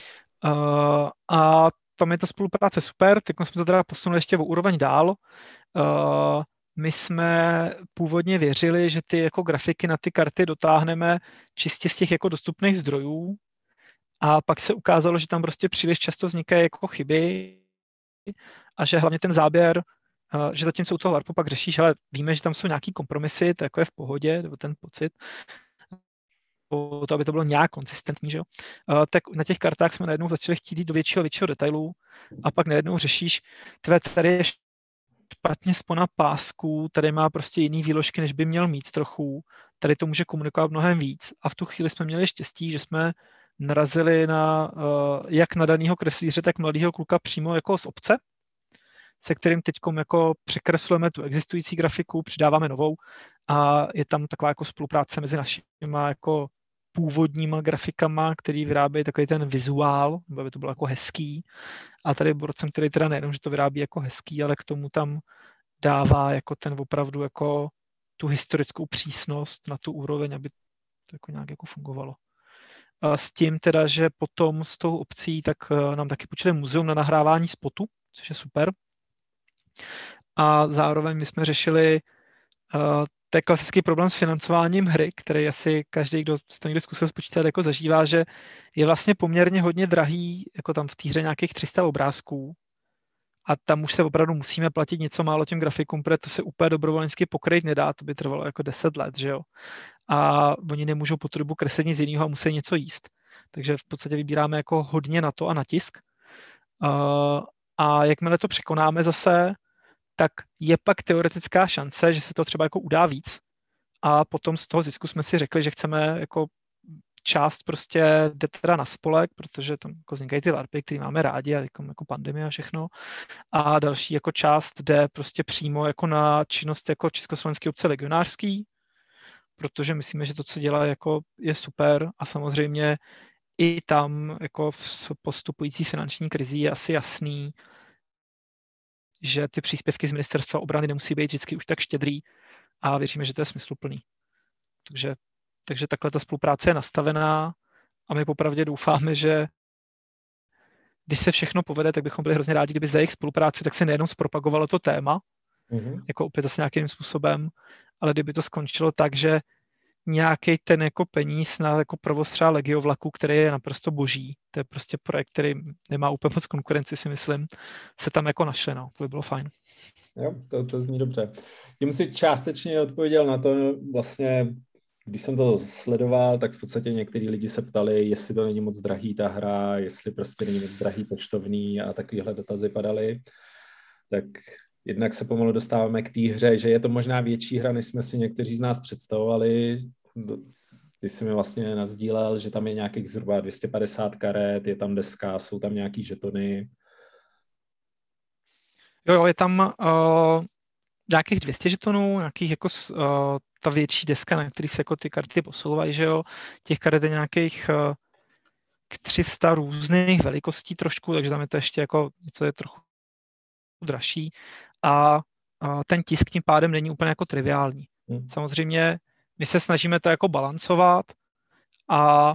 A tam je ta spolupráce super, teď jsme to teda posunuli ještě o úroveň dál. My jsme původně věřili, že ty jako grafiky na ty karty dotáhneme čistě z těch jako dostupných zdrojů a pak se ukázalo, že tam prostě příliš často vznikají jako chyby a že hlavně ten záběr, že zatímco u toho LARPu pak řešíš, ale víme, že tam jsou nějaký kompromisy, to jako je v pohodě, nebo ten pocit, to, aby to bylo nějak konzistentní, že jo? Tak na těch kartách jsme najednou začali chtít jít do většího detailu a pak najednou řešíš, tady je špatně spona pásků, tady má prostě jiný výložky, než by měl mít trochu, tady to může komunikovat mnohem víc a v tu chvíli jsme měli štěstí, že jsme narazili na jak nadaného kreslíře, tak mladého kluka přímo jako z obce, se kterým teď jako překreslujeme tu existující grafiku, přidáváme novou a je tam taková jako spolupráce mezi našima jako původníma grafikama, který vyrábí takový ten vizuál, aby to bylo jako hezký. A tady Borcem, který teda nejenom, že to vyrábí jako hezký, ale k tomu tam dává jako ten opravdu jako tu historickou přísnost na tu úroveň, aby to jako nějak jako fungovalo. A s tím teda, že potom s tou obcí tak nám taky počili muzeum na nahrávání spotu, což je super. A zároveň my jsme řešili to je klasický problém s financováním hry, který asi každý, kdo to někdy zkusil spočítat, jako zažívá, že je vlastně poměrně hodně drahý, jako tam v té hře nějakých 300 obrázků a tam už se opravdu musíme platit něco málo těm grafikům, protože to se úplně dobrovolnicky pokrýt nedá, to by trvalo jako 10 let, že jo. A oni nemůžou po tu dobu kreslit nic jiného a musí něco jíst. Takže v podstatě vybíráme jako hodně na to a na tisk. A jakmile to překonáme zase, tak je pak teoretická šance, že se to třeba jako udá víc. A potom z toho zisku jsme si řekli, že chceme jako část prostě jde teda na spolek, protože tam jako vznikají ty LARPy, které máme rádi, a jako pandemie a všechno. A další jako část jde prostě přímo jako na činnost jako Československé obce legionářský, protože myslíme, že to, co dělá, jako je super a samozřejmě i tam jako v postupující finanční krizi je asi jasný, že ty příspěvky z ministerstva obrany nemusí být vždycky už tak štědrý a věříme, že to je smysluplný. Takže takhle ta spolupráce je nastavená a my popravdě doufáme, že když se všechno povede, tak bychom byli hrozně rádi, kdyby za jejich spolupráci tak se nejenom zpropagovalo to téma, jako opět zase nějakým způsobem, ale kdyby to skončilo tak, že nějaký ten jako peníz na jako provoz třeba legiovlaku, který je naprosto boží, to je prostě projekt, který nemá úplně moc konkurenci, si myslím, se tam jako našli, no, to by bylo fajn. Jo, to zní dobře. Tím si částečně odpověděl na to, vlastně, když jsem to sledoval, tak v podstatě některý lidi se ptali, jestli to není moc drahý ta hra, jestli prostě není moc drahý poštovný a takovýhle dotazy padaly. Tak jednak se pomalu dostáváme k té hře, že je to možná větší hra, než jsme si někteří z nás představovali. Ty jsi mi vlastně nasdílel, že tam je nějakých zhruba 250 karet, je tam deska, jsou tam nějaký žetony. Jo, je tam nějakých 200 žetonů, nějakých jako ta větší deska, na který se jako ty karty posouvají, že jo. Těch karet je nějakých k 300 různých velikostí trošku, takže tam je to ještě jako něco je trochu dražší a ten tisk tím pádem není úplně jako triviální. Samozřejmě my se snažíme to jako balancovat a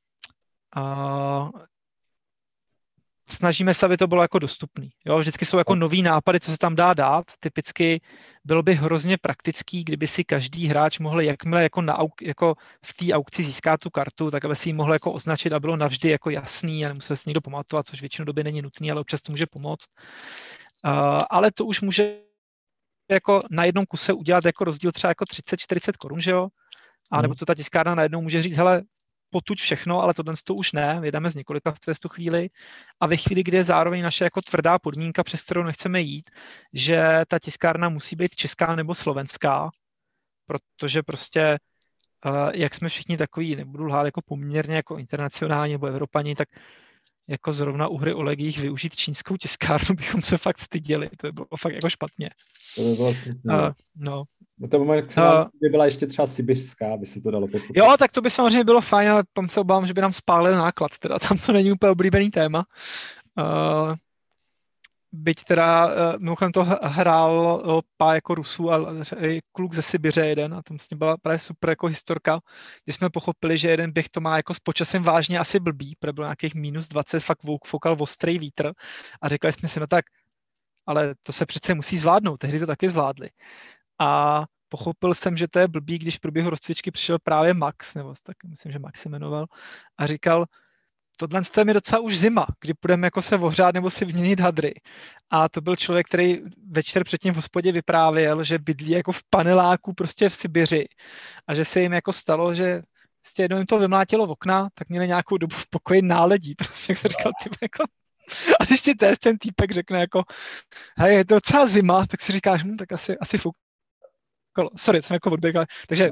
snažíme se, aby to bylo jako dostupný. Jo? Vždycky jsou jako nový nápady, co se tam dá dát. Typicky bylo by hrozně praktický, kdyby si každý hráč mohl, jakmile jako v té aukci získá tu kartu, tak aby si ji mohl jako označit a bylo navždy jako jasný a nemusel si někdo pamatovat, což většinou doby není nutný, ale občas to může pomoct. Ale to už může jako na jednom kuse udělat jako rozdíl třeba jako 30-40 korun, že jo? A nebo to ta tiskárna najednou může říct, hele, potuď všechno, ale tohle to už ne, jedeme z několika v tu chvíli. A ve chvíli, kdy je zároveň naše jako tvrdá podmínka, přes kterou nechceme jít, že ta tiskárna musí být česká nebo slovenská, protože prostě, jak jsme všichni takový, nebudu lhát, jako poměrně jako internacionální nebo Evropani, tak jako zrovna u hry o legiích využít čínskou tiskárnu bychom se fakt styděli, to by bylo fakt jako špatně. To by bylo smutný. No. To maximálně by byla ještě třeba sibiřská, aby se to dalo podpořit. Jo, tak to by samozřejmě bylo fajn, ale tam se obávám, že by nám spálil náklad, teda tam to není úplně oblíbený téma. Byť teda mimochodem to hrál pár jako Rusů a kluk ze Sibiře jeden a tam vlastně byla právě super jako historka, když jsme pochopili, že jeden běh to má jako s počasem vážně asi blbý, protože bylo nějakých -20, fakt foukal ostrý vítr a řekli jsme si, no tak, ale to se přece musí zvládnout, tehdy to taky zvládli. A pochopil jsem, že to je blbý, když v průběhu rozcvičky přišel právě Max, nebo tak myslím, že Max se jmenoval, a říkal, tohle je mi docela už zima, kdy půjdeme jako se ohřát nebo si vyměnit hadry. A to byl člověk, který večer předtím v hospodě vyprávěl, že bydlí jako v paneláku prostě v Sibiři a že se jim jako stalo, že prostě jednou jim to vymlátilo v okna, tak měli nějakou dobu v pokoji náledí, prostě jak se říkal, jako. A když ti ten týpek řekne jako, hej, je to docela zima, tak si říkáš, tak asi fuk. Sorry, jsem jako odběhl. Takže,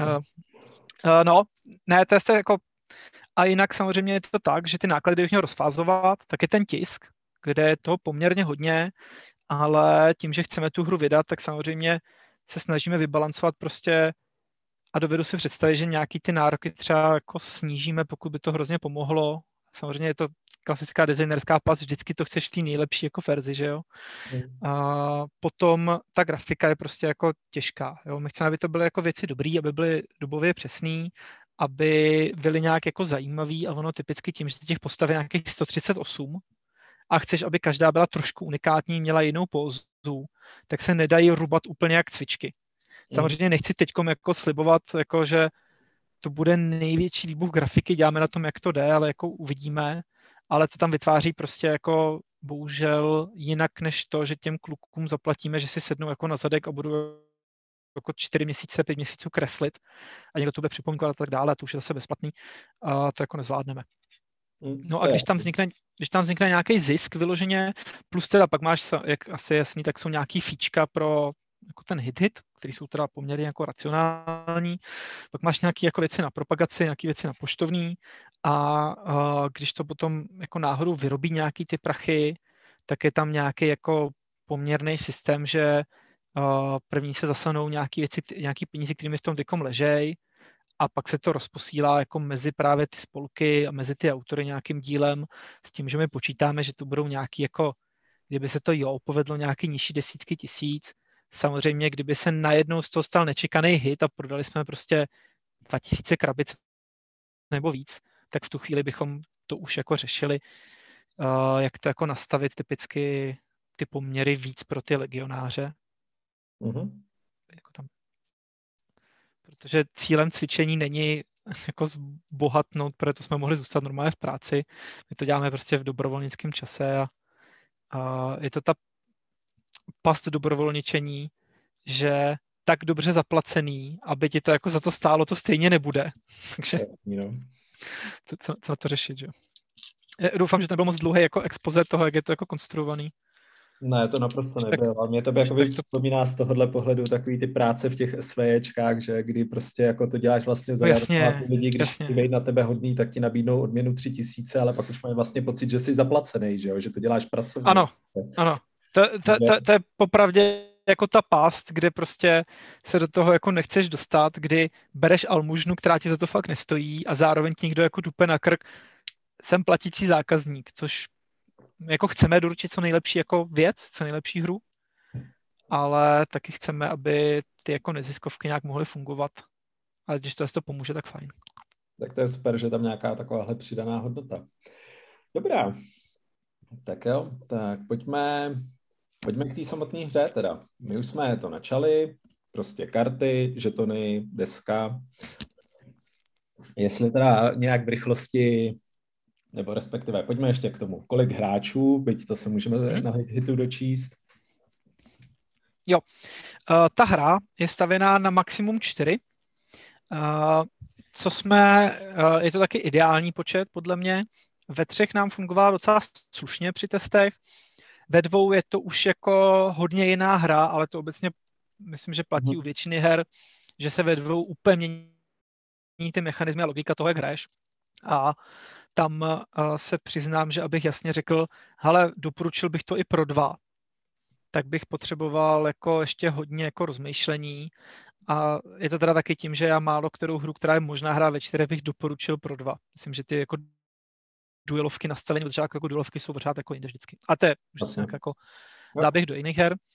no, ne, to je jako, a jinak samozřejmě je to tak, že ty náklady, kdybych měl rozfázovat, tak je ten tisk, kde je toho poměrně hodně, ale tím, že chceme tu hru vydat, tak samozřejmě se snažíme vybalancovat prostě a dovedu si představit, že nějaký ty nároky třeba jako snížíme, pokud by to hrozně pomohlo. Samozřejmě je to klasická designerská past, vždycky to chceš v té nejlepší jako verzi, že jo. A potom ta grafika je prostě jako těžká, jo. My chceme, aby to byly jako věci dobrý, aby byly dobově přesný, aby byly nějak jako zajímavý a ono typicky tím, že těch postav je nějakých 138 a chceš, aby každá byla trošku unikátní, měla jinou pózu, tak se nedají rubat úplně jak cvičky. Samozřejmě nechci teďkom jako slibovat, jako že to bude největší výbuch grafiky, děláme na tom, jak to jde, ale jako uvidíme, ale to tam vytváří prostě jako bohužel jinak než to, že těm klukům zaplatíme, že si sednou jako na zadek a budou jako 4 měsíce, 5 měsíců kreslit a někdo to bude připomínkovat a tak dále, a to už je zase bezplatný, a to jako nezvládneme. No a když tam vznikne nějaký zisk vyloženě, plus teda pak máš, jak asi jasný, tak jsou nějaký fíčka pro jako ten hit, který jsou teda poměrně jako racionální, pak máš nějaké jako věci na propagaci, nějaké věci na poštovní a když to potom jako náhodou vyrobí nějaký ty prachy, tak je tam nějaký jako poměrný systém, že první se zasanou nějaký peníze, kterými v tom tykom ležej, a pak se to rozposílá jako mezi právě ty spolky a mezi ty autory nějakým dílem s tím, že my počítáme, že to budou nějaký jako, kdyby se to povedlo nějaký nižší desítky tisíc. Samozřejmě, kdyby se najednou z toho stal nečekaný hit a prodali jsme prostě 2000 krabic nebo víc, tak v tu chvíli bychom to už jako řešili, jak to jako nastavit typicky ty poměry víc pro ty legionáře. Jako tam. Protože cílem cvičení není jako zbohatnout, protože to jsme mohli zůstat normálně v práci. My to děláme prostě v dobrovolnickém čase a je to ta past dobrovolničení, že tak dobře zaplacený, aby ti to jako za to stálo, to stejně nebude. Takže co na to řešit, že? Doufám, že to nebylo moc dlouhé jako expoze toho, jak je to jako konstruovaný. Ne, to naprosto nebylo. Mě to by jakoby připomíná z tohohle pohledu takový ty práce v těch SVJčkách, že kdy prostě jako to děláš vlastně za ty lidi, když chtějí být na tebe hodný, tak ti nabídnou odměnu 3000, ale pak už mají vlastně pocit, že jsi zaplacený, že to děláš pracovně. Ano. To je popravdě jako ta past, kde prostě se do toho jako nechceš dostat, kdy bereš almužnu, která ti za to fakt nestojí a zároveň ti někdo jako dupe na krk, jsem platící zákazník, což jako chceme doručit co nejlepší jako věc, co nejlepší hru, ale taky chceme, aby ty jako neziskovky nějak mohly fungovat. ale když to pomůže, tak fajn. Tak to je super, že je tam nějaká takováhle přidaná hodnota. Dobrá. Tak jo, tak pojďme k té samotné hře teda. My už jsme to načali, prostě karty, žetony, deska. Jestli teda nějak v rychlosti, nebo respektive, pojďme ještě k tomu. Kolik hráčů, byť to se můžeme na hitu dočíst. Jo, ta hra je stavěná na maximum 4. Je to taky ideální počet, podle mě. Ve 3 nám fungovala docela slušně při testech. Ve 2 je to už jako hodně jiná hra, ale to obecně myslím, že platí u většiny her, že se ve 2 úplně mění ty mechanismy a logika toho, jak hraješ. A tam se přiznám, že abych jasně řekl, hele, doporučil bych to i pro 2, tak bych potřeboval jako ještě hodně jako rozmýšlení. A je to teda taky tím, že já málo kterou hru, která je možná hrát ve 4, bych doporučil pro 2. Myslím, že ty jako duelovky nastavení od začátku jako duelovky jsou pořád jako jinde vždycky. A to je už nějak jako záběh do jiných her.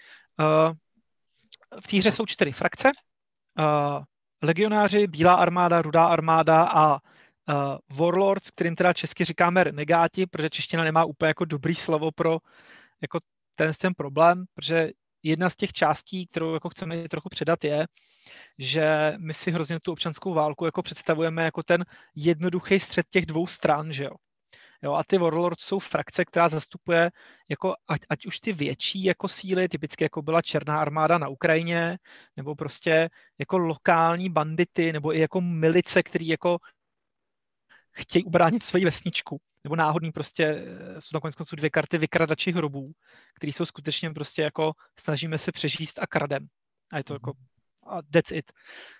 V té hře jsou 4 frakce. Legionáři, Bílá armáda, Rudá armáda a Warlords, kterým teda česky říkáme renegáti, protože čeština nemá úplně jako dobrý slovo pro jako ten problém, protože jedna z těch částí, kterou jako chceme trochu předat, je, že my si hrozně tu občanskou válku jako představujeme jako ten jednoduchý střed těch 2 stran, že jo. Jo, a ty Warlords jsou frakce, která zastupuje jako ať už ty větší jako síly, typicky jako byla Černá armáda na Ukrajině, nebo prostě jako lokální bandity, nebo i jako milice, který jako chtějí ubránit svoji vesničku, nebo náhodný prostě, jsou tam konec konců 2 karty vykradači hrobů, který jsou skutečně prostě jako snažíme se přežít a kradem. A je to jako, a that's it.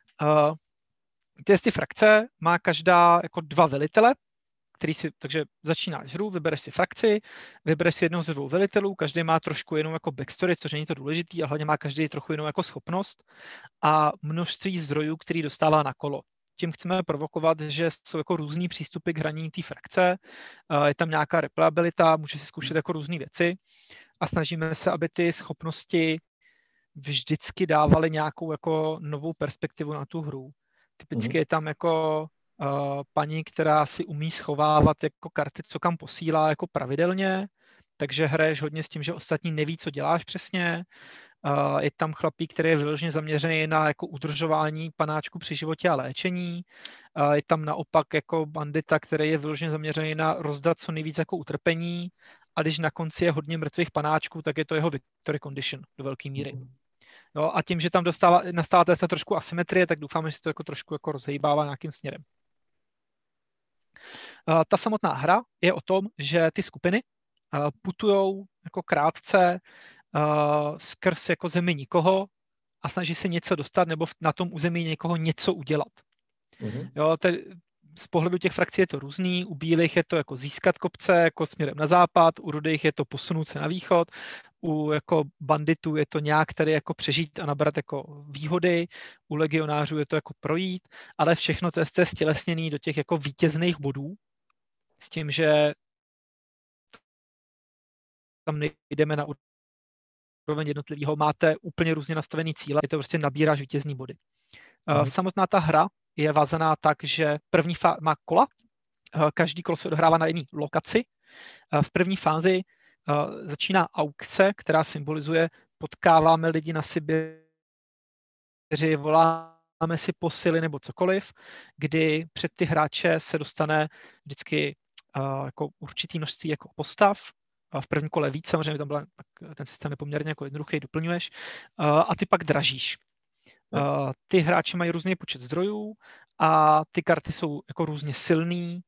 Ty frakce má každá jako 2 velitele, takže začínáš hru, vybereš si frakci, vybereš si jednoho ze 2 velitelů, každý má trošku jenom jako backstory, což není to důležitý, a hlavně má každý trochu jenom jako schopnost a množství zdrojů, který dostává na kolo. Tím chceme provokovat, že jsou jako různý přístupy k hraní té frakce, je tam nějaká replayabilita, může si zkoušet jako různé věci a snažíme se, aby ty schopnosti vždycky dávaly nějakou jako novou perspektivu na tu hru. Typicky je tam jako paní, která si umí schovávat jako karty, co kam posílá jako pravidelně, takže hraješ hodně s tím, že ostatní neví, co děláš přesně. Je tam chlapík, který je vyloženě zaměřený na jako udržování panáčku při životě a léčení. Je tam naopak jako bandita, který je vyloženě zaměřený na rozdat co nejvíc jako utrpení, a když na konci je hodně mrtvých panáčků, tak je to jeho victory condition do velké míry. Jo, a tím, že tam nastává trošku asymetrie, tak doufáme, že se to jako trošku jako rozhýbává nějakým směrem. Ta samotná hra je o tom, že ty skupiny putujou jako krátce skrz jako zemi nikoho a snaží se něco dostat nebo na tom území někoho něco udělat. Jo, z pohledu těch frakcí je to různý, u bílých je to jako získat kopce jako směrem na západ, u rudých je to posunout se na východ, u jako banditů je to nějak tady jako přežít a nabrat jako výhody, u legionářů je to jako projít, ale všechno to je stělesněný do těch jako vítězných bodů, s tím, že tam nejdeme na úroveň jednotlivého, máte úplně různě nastavený cíle, je to prostě nabíráš vítězný body. Samotná ta hra je vázaná tak, že první má kola, každý kolo se odehrává na jedné lokaci. V první fázi začíná aukce, která symbolizuje, potkáváme lidi na Sibiři, voláme si posily nebo cokoliv, kdy před ty hráče se dostane vždycky jako určitý množství jako postav. V prvním kole víc, samozřejmě tam byla, ten systém je poměrně jako jednoduchý, doplňuješ, a ty pak dražíš. Ty hráči mají různý počet zdrojů a ty karty jsou jako různě silný,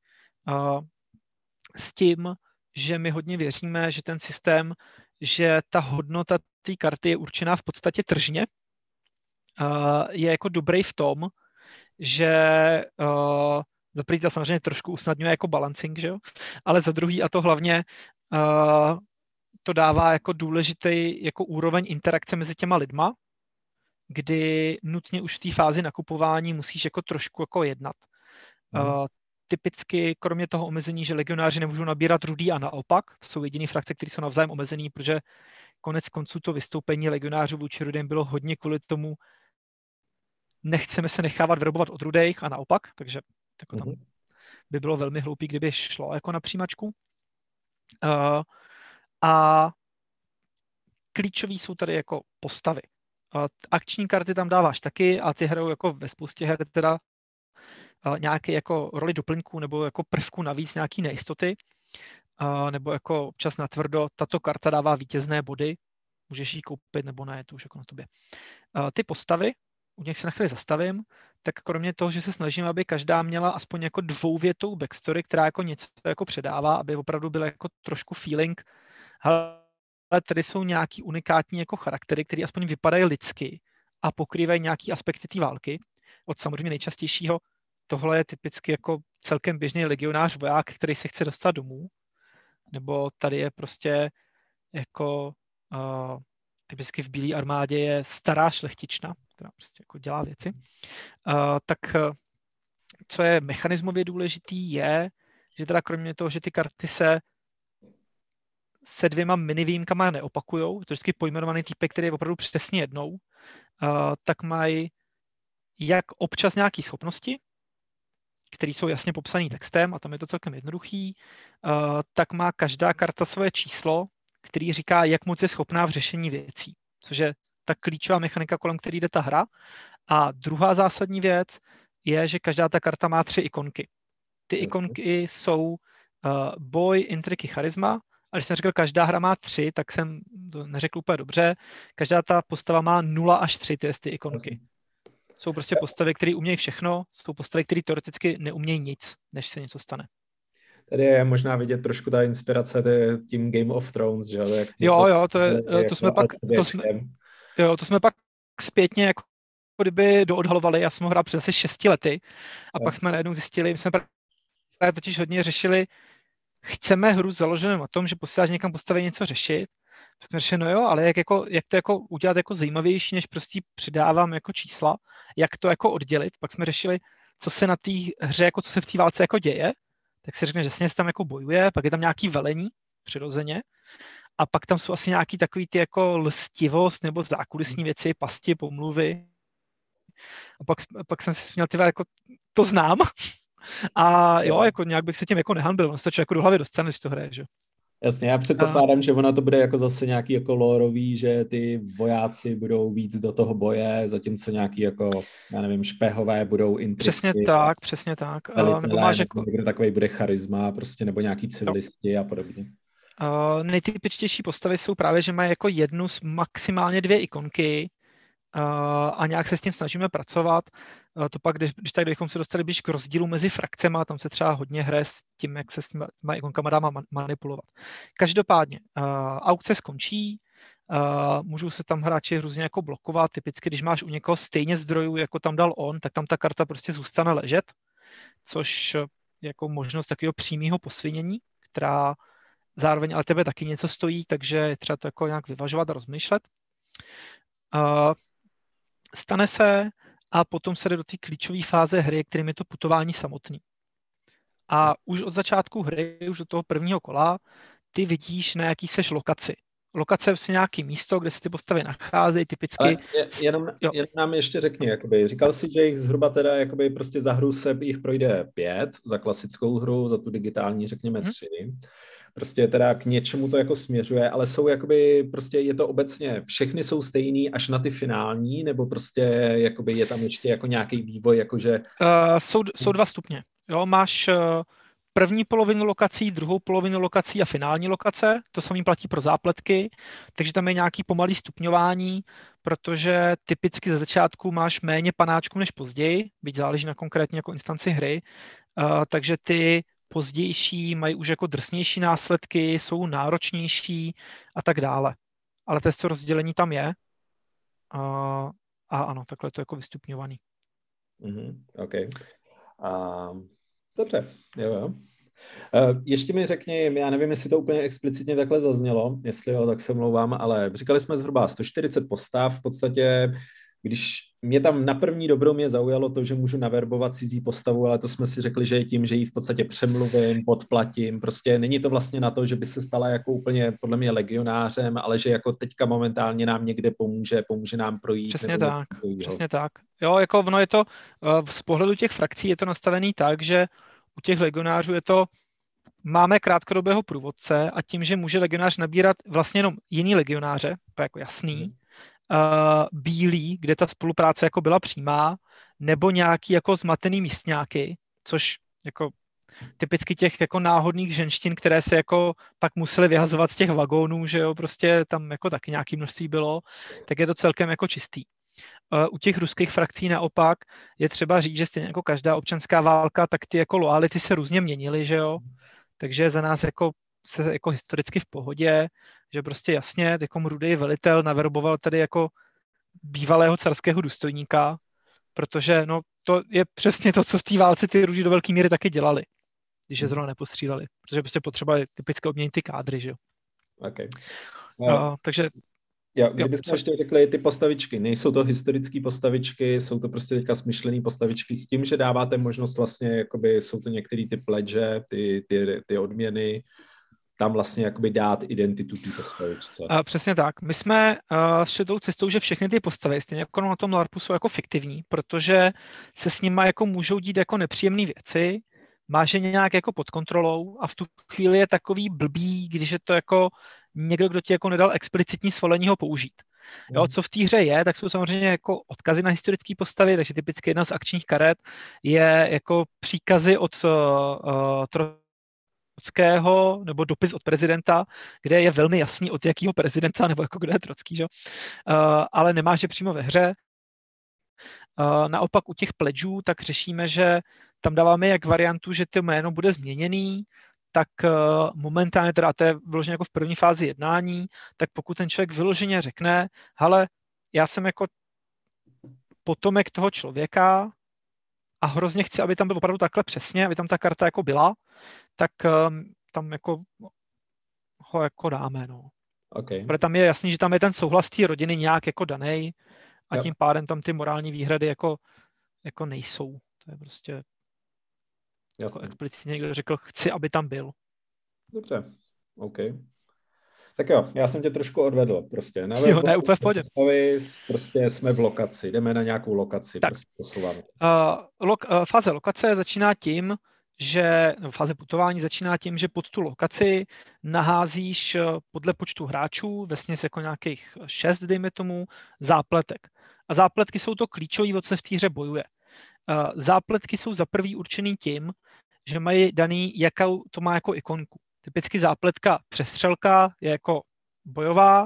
s tím, že my hodně věříme, že ten systém, že ta hodnota té karty je určená v podstatě tržně, je jako dobrý v tom, že za první to samozřejmě trošku usnadňuje jako balancing, že jo? Ale za druhý, a to hlavně, to dává jako důležitý jako úroveň interakce mezi těma lidma, kdy nutně už v té fázi nakupování musíš jako trošku jako jednat. Typicky, kromě toho omezení, že legionáři nemůžou nabírat rudý a naopak, jsou jediný frakce, které jsou navzájem omezený, protože konec konců to vystoupení legionářů vůči rudým bylo hodně kvůli tomu, nechceme se nechávat vyrobovat od rudejch a naopak, takže jako tam Mhm. by bylo velmi hloupý, kdyby šlo jako na přijímačku. A klíčový jsou tady jako postavy. Akční karty tam dáváš taky a ty hrajou jako ve spoustě her teda nějaké jako roli doplňků nebo jako prvků navíc, nějaký nejistoty, nebo jako občas natvrdo, tato karta dává vítězné body, můžeš ji koupit nebo ne, to už jako na tobě. Ty postavy, u nich se na chvíli zastavím, tak kromě toho, že se snažím, aby každá měla aspoň jako dvouvětou backstory, která jako něco jako předává, aby opravdu byl jako trošku feeling, ale tady jsou nějaký unikátní jako charaktery, které aspoň vypadají lidsky a pokrývají nějaký aspekty té války. Od samozřejmě nejčastějšího, tohle je typicky jako celkem běžný legionář voják, který se chce dostat domů, nebo tady je prostě jako typicky v Bílé armádě je stará šlechtična, která prostě jako dělá věci. Tak co je mechanismově důležitý je, že teda kromě toho, že ty karty se dvěma mini výjimkama neopakujou, to je vždycky pojmenovaný týpek, který je opravdu přesně jednou, tak mají jak občas nějaké schopnosti, které jsou jasně popsané textem, a tam je to celkem jednoduchý, tak má každá karta svoje číslo, který říká, jak moc je schopná v řešení věcí, což je ta klíčová mechanika, kolem který jde ta hra. A druhá zásadní věc je, že každá ta karta má 3 ikonky. Ty ikonky jsou boj, intriky, charisma. A když jsem říkal, každá hra má 3, tak jsem to neřekl úplně dobře. Každá ta postava má 0 až 3 ty ikonky. Jsou prostě postavy, které umějí všechno, jsou postavy, které teoreticky neumějí nic, než se něco stane. Tady je možná vidět trošku ta inspirace tím Game of Thrones, že jo? Jak jsme Jo, to jsme pak zpětně jako kdyby doodhalovali, já jsem ho hrál před asi 6 lety a pak jsme najednou zjistili, my jsme právě totiž hodně řešili, chceme hru založenou na tom, že posíláš někam postavit něco řešit, tak jsme řešili, no jo, ale jak to jako udělat jako zajímavější, než prostě přidávám jako čísla, jak to jako oddělit, pak jsme řešili, co se na té hře, jako co se v té válce jako děje, tak si řekne, že se tam jako bojuje, pak je tam nějaký velení, přirozeně, a pak tam jsou asi nějaký takový ty jako lstivost nebo zákulisní věci, pasti, pomluvy. A pak jsem si směl, jako to znám. A jo, jako nějak bych se tím jako nehanbil, on se to člověk jako do hlavy dostane, když to hraje, že? Jasně, já předpokládám, že ona to bude jako zase nějaký jako lórový, že ty vojáci budou víc do toho boje, zatímco nějaký jako, já nevím, špehové budou intriky. Přesně tak. Nebo máš jako... Někdo takový bude charisma, prostě, nebo nějaký civilisti a podobně. Nejtypičtější postavy jsou právě, že mají jako jednu maximálně 2 ikonky a nějak se s tím snažíme pracovat. To pak, když tak bychom se dostali blíž k rozdílu mezi frakcema, tam se třeba hodně hraje s tím, jak se s těma ikonkama dá manipulovat. Každopádně, aukce skončí, můžou se tam hráči různě jako blokovat, typicky, když máš u někoho stejně zdrojů, jako tam dal on, tak tam ta karta prostě zůstane ležet, což jako možnost takového přímého posvinění, která zároveň ale tebe taky něco stojí, takže je třeba to jako nějak vyvažovat a rozmýšlet. Stane se a potom se jde do té klíčové fáze hry, kterým je to putování samotný. A už od začátku hry, už do toho prvního kola, ty vidíš, na jaký seš lokaci. Lokace je vlastně nějaký místo, kde se ty postavy nacházejí, typicky... Ale jenom nám ještě řekni, jakoby, říkal jsi, že jich zhruba teda jakoby prostě za hru se jich projde 5, za klasickou hru, za tu digitální řekněme 3. Prostě teda k něčemu to jako směřuje, ale jsou jakoby, prostě je to obecně, všechny jsou stejný až na ty finální, nebo prostě jakoby je tam ještě jako nějaký vývoj, jakože... Jsou 2 stupně. Jo, máš první polovinu lokací, druhou polovinu lokací a finální lokace. To samé platí pro zápletky, takže tam je nějaký pomalý stupňování, protože typicky ze začátku máš méně panáčků než později, byť záleží na konkrétní jako instanci hry, takže ty pozdější mají už jako drsnější následky, jsou náročnější a tak dále. Ale to rozdělení tam je. A ano, takhle to je jako vystupňovaný. OK. Dobře, jo. Ještě mi řekni, já nevím, jestli to úplně explicitně takhle zaznělo, jestli jo, tak se mluvám, ale říkali jsme zhruba 140 postav, v podstatě když mě tam na první dobrou mě zaujalo to, že můžu naverbovat cizí postavu, ale to jsme si řekli, že je tím, že ji v podstatě přemluvím, podplatím. Prostě není to vlastně na to, že by se stala jako úplně podle mě legionářem, ale že jako teďka momentálně nám někde pomůže nám projít. Přesně Nebo tak, něco takového. přesně tak. Jo, jako ono je to, z pohledu těch frakcí je to nastavený tak, že u těch legionářů je to, máme krátkodobého průvodce a tím, že může legionář nabírat vlastně jenom jiný legionáře, to je jako jasný, bílý, kde ta spolupráce jako byla přímá, nebo nějaký jako zmatený místňáky, což jako typicky těch jako náhodných ženštin, které se jako pak museli vyhazovat z těch vagónů, že jo, prostě tam jako taky nějaký množství bylo, tak je to celkem jako čistý. U těch ruských frakcí naopak je třeba říct, že stejně jako každá občanská válka, tak ty jako loality se různě měnily, že jo, takže za nás jako se jako historicky v pohodě, že prostě jasně jako rudý velitel naverboval tady jako bývalého carského důstojníka, protože no to je přesně to, co v té válce ty rudí do velké míry taky dělali, když je zrovna nepostřídali, protože prostě potřebovali typicky obměnit ty kádry, že jo. Okay. Takže kdybychom ještě řekli, ty postavičky, nejsou to historické postavičky, jsou to prostě teďka smyšlené postavičky s tím, že dáváte možnost vlastně, jakoby jsou to některé ty pledže, ty odměny, tam vlastně jakoby dát identitu té postavičce. Přesně tak. My jsme šli tou cestou, že všechny ty postavy, stejně jako na tom LARPu, jsou jako fiktivní, protože se s nimi jako můžou dít jako nepříjemné věci, máš je nějak jako pod kontrolou a v tu chvíli je takový blbý, když je to jako někdo, kdo ti jako nedal explicitní svolení ho použít. Jo, co v té hře je, tak jsou samozřejmě jako odkazy na historické postavy, takže typicky jedna z akčních karet je jako příkazy od Trockého nebo dopis od prezidenta, kde je velmi jasný, od jakého prezidenta nebo jako kdo je Trocký, že? Ale nemáš je přímo ve hře. Naopak u těch pledžů tak řešíme, že tam dáváme jak variantu, že to jméno bude změněný, tak momentálně, teda to je vyloženě jako v první fázi jednání, tak pokud ten člověk vyloženě řekne, hele, já jsem jako potomek toho člověka a hrozně chci, aby tam byl opravdu takhle přesně, aby tam ta karta jako byla, tak tam jako ho jako dáme, no. Okay. Protože tam je jasný, že tam je ten souhlas té rodiny nějak jako danej a tím pádem tam ty morální výhrady jako nejsou. To je prostě jako explicitně někdo řekl, chci, aby tam byl. Dobře, OK. Tak jo, já jsem tě trošku odvedl prostě. Jo, ne, úplně v pohodě. Prostě jsme v lokaci, jdeme na nějakou lokaci, tak, prostě posouváme se. Fáze lokace začíná tím, že fáze putování začíná tím, že pod tu lokaci naházíš podle počtu hráčů, vesměs jako nějakých 6, dejme tomu, zápletek. A zápletky jsou to klíčové, o co se v té hře bojuje. Zápletky jsou za prvý určený tím, že mají daný, jakou to má jako ikonku. Typicky zápletka přestřelka je jako bojová,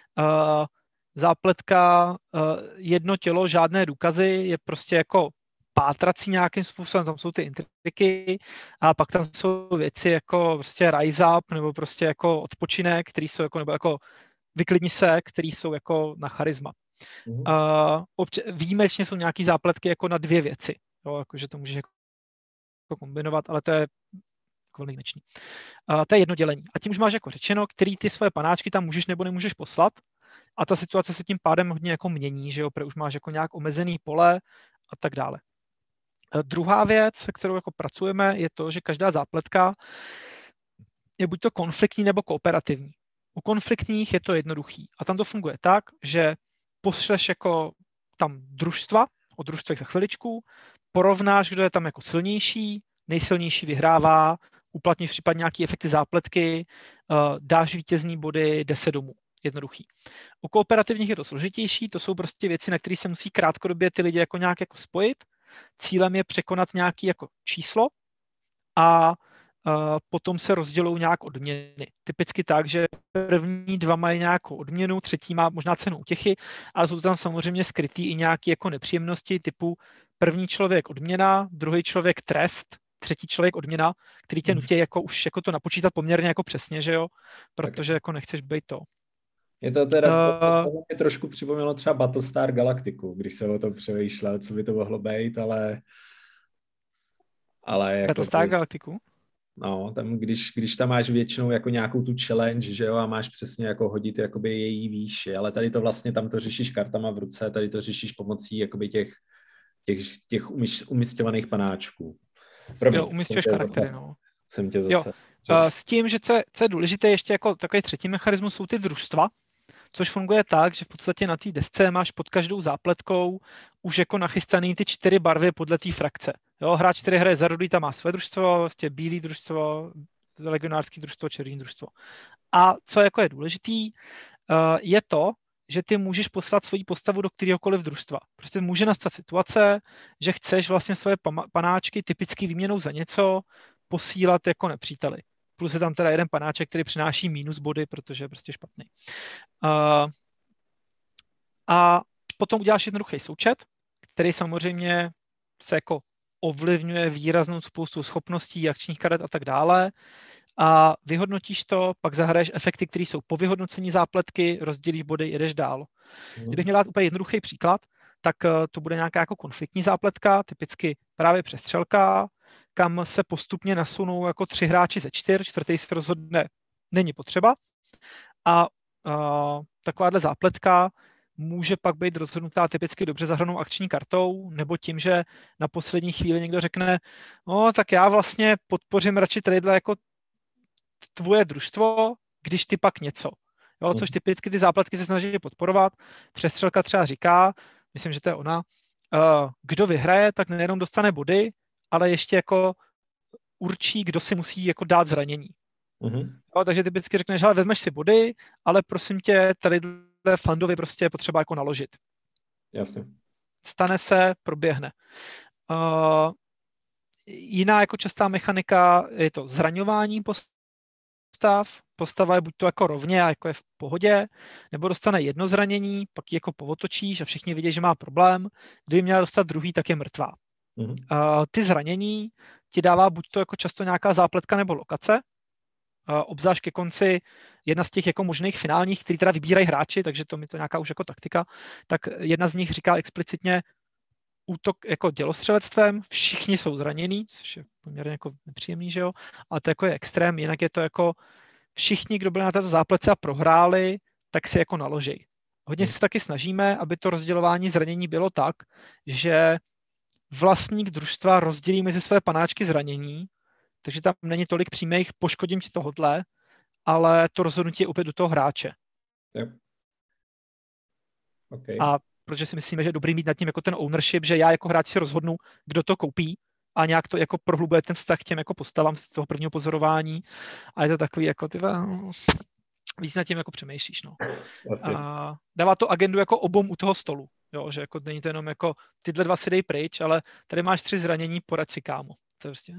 zápletka jedno tělo, žádné důkazy je prostě jako pátrací nějakým způsobem, tam jsou ty intriky a pak tam jsou věci jako prostě rise up nebo prostě jako odpočinek, který jsou jako, nebo jako vyklidni se, který jsou jako na charisma. Výjimečně jsou nějaký zápletky jako na 2 věci, jo, jakože to můžeš jako kombinovat, ale to je jako výjimečný. To je jedno dělení. A tím už máš jako řečeno, který ty svoje panáčky tam můžeš nebo nemůžeš poslat a ta situace se tím pádem hodně jako mění, že jo, protože už máš jako nějak omezený pole a tak dále. Druhá věc, se kterou jako pracujeme, je to, že každá zápletka je buď to konfliktní nebo kooperativní. U konfliktních je to jednoduchý. A tam to funguje tak, že pošleš jako tam družstva, o družstvech za chviličku, porovnáš, kdo je tam jako silnější, nejsilnější vyhrává, uplatníš případně nějaké efekty zápletky, dáš vítězný body, 10 domů. Jednoduchý. U kooperativních je to složitější, to jsou prostě věci, na které se musí krátkodobě ty lidi jako nějak jako spojit. Cílem je překonat nějaké jako číslo a potom se rozdělují nějak odměny. Typicky tak, že první 2 mají nějakou odměnu, třetí má možná cenu útěchy, ale jsou tam samozřejmě skrytý i nějaké jako nepříjemnosti typu první člověk odměna, druhý člověk trest, třetí člověk odměna, který tě nutí jako už jako to napočítat poměrně jako přesně, že jo, protože jako nechceš být to. Je to teda, to mě trošku připomnělo třeba Battlestar Galactiku, když se o tom přemýšlel, co by to mohlo být, ale jako Battlestar Galactiku? No, tam, když tam máš většinou jako nějakou tu challenge, že jo, a máš přesně jako hodit jakoby její výši, ale tady to vlastně, tam to řešíš kartama v ruce, tady to řešíš pomocí jakoby těch umisťovaných panáčků. Jo, Promiň, umísťuješ charaktery, no. jsem tě Jo, zase... s tím, že co je důležité ještě jako takový třetí mechanismus jsou ty družstva, což funguje tak, že v podstatě na té desce máš pod každou zápletkou už jako nachystaný ty 4 barvy podle té frakce. Jo, hráč, který hraje za rudý, tam má své družstvo, vlastně bílý družstvo, legionářský družstvo, červený družstvo. A co jako je důležitý, je to, že ty můžeš poslat svoji postavu do kteréhokoliv družstva. Prostě může nastat situace, že chceš vlastně svoje panáčky typicky výměnou za něco posílat jako nepříteli. Plus je tam teda jeden panáček, který přináší minus body, protože je prostě špatný. A potom uděláš jednoduchý součet, který samozřejmě se jako ovlivňuje výraznou spoustu schopností, akčních karet a tak dále. A vyhodnotíš to, pak zahraješ efekty, které jsou po vyhodnocení zápletky, rozdělíš body, jedeš dál. Kdybych měl dát úplně jednoduchý příklad, tak to bude nějaká jako konfliktní zápletka, typicky právě přestřelka, kam se postupně nasunou jako 3 hráči ze 4, čtvrtý se rozhodne, není potřeba. A takováhle zápletka může pak být rozhodnutá typicky dobře zahranou akční kartou, nebo tím, že na poslední chvíli někdo řekne, no tak já vlastně podpořím radši tadyhle jako tvoje družstvo, když ty pak něco. Jo, což typicky ty zápletky se snaží podporovat. Přestřelka třeba říká, myslím, že to je ona, kdo vyhraje, tak nejenom dostane body, ale ještě jako určí, kdo si musí jako dát zranění. Jo, takže typicky řekneš, hele, vezmeš si body, ale prosím tě, tadyhle fandovi prostě je potřeba jako naložit. Jasně. Stane se, proběhne. Jiná jako častá mechanika je to zraňování postav. Postava je buď to jako rovně a jako je v pohodě, nebo dostane jedno zranění, pak ji jako povotočíš a všichni vidí, že má problém. Kdyby měla dostat druhý, tak je mrtvá. Ty zranění ti dává buď to jako často nějaká zápletka nebo lokace, obzvlášť ke konci jedna z těch jako možných finálních, který teda vybírají hráči, takže to mi to nějaká už jako taktika, tak jedna z nich říká explicitně útok jako dělostřelectvem, všichni jsou zranění, což je poměrně jako nepříjemný, že jo, ale to jako je extrém, jinak je to jako všichni, kdo byli na této záplece a prohráli, tak si jako naloží. Hodně se taky snažíme, aby to rozdělování zranění bylo tak, že vlastník družstva rozdělí mezi své panáčky zranění, takže tam není tolik přímých poškodím ti tohodle, ale to rozhodnutí je opět do toho hráče. Yep. Okay. A protože si myslíme, že je dobrý mít nad tím jako ten ownership, že já jako hráč si rozhodnu, kdo to koupí a nějak to jako prohlubuje ten vztah k těm jako postavám z toho prvního pozorování a je to takový jako víc nad tím jako přemýšlíš, no. A dává to agendu jako obom u toho stolu, jo, že jako není to jenom jako tyhle dva si dej pryč, ale tady máš 3 zranění, poradь si, kámo. To je prostě...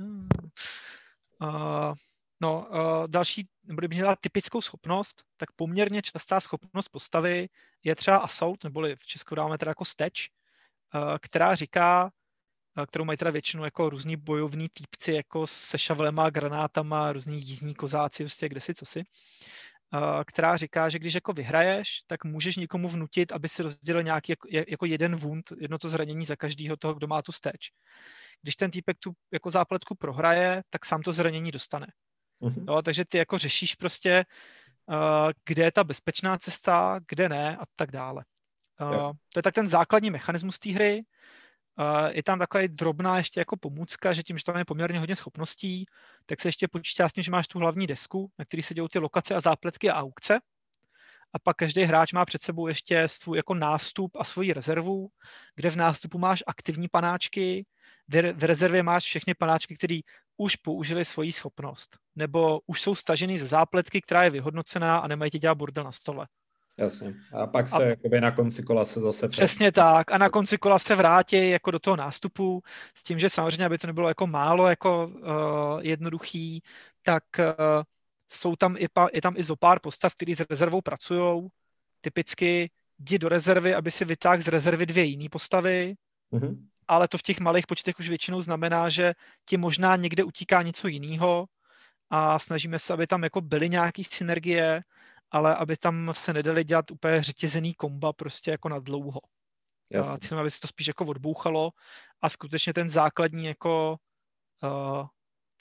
další, nebo kdybych měla typickou schopnost, tak poměrně častá schopnost postavy je třeba assault, neboli v Česku dáme teda jako steč, která říká, kterou mají teda většinou jako různí bojovní týpci jako se šavlema, granátama, různí jízdní kozáci, prostě kdesi cosi, která říká, že když jako vyhraješ, tak můžeš někomu vnutit, aby si rozdělil nějaký jako jeden wound, jedno to zranění za každého toho, kdo má tu steč. Když ten týpek tu jako zápletku prohraje, tak sám to zranění dostane. Jo, takže ty jako řešíš prostě, kde je ta bezpečná cesta, kde ne a tak dále. To je tak ten základní mechanismus té hry. Je tam taková drobná ještě jako pomůcka, že tím, že tam je poměrně hodně schopností, tak se ještě počítá s tím, že máš tu hlavní desku, na který se dějou ty lokace a zápletky a aukce. A pak každý hráč má před sebou ještě svůj jako nástup a svoji rezervu, kde v nástupu máš aktivní panáčky, v rezervě máš všechny panáčky, které už použili svoji schopnost, nebo už jsou stažený ze zápletky, která je vyhodnocená a nemají ti dělat bordel na stole. Jasně. A pak se jakoby na konci kola se zase... Přesně tak. A na konci kola se vrátí jako do toho nástupu s tím, že samozřejmě, aby to nebylo jako málo jako jednoduchý, tak je tam i zopár postav, který s rezervou pracujou. Typicky jdi do rezervy, aby si vytáhl z rezervy 2 jiné postavy, ale to v těch malých počtech už většinou znamená, že ti možná někde utíká něco jiného a snažíme se, aby tam jako byly nějaký synergie, ale aby tam se nedali dělat úplně řetězený komba prostě jako na dlouho. Cílem, aby se to spíš jako odbouchalo a skutečně ten základní jako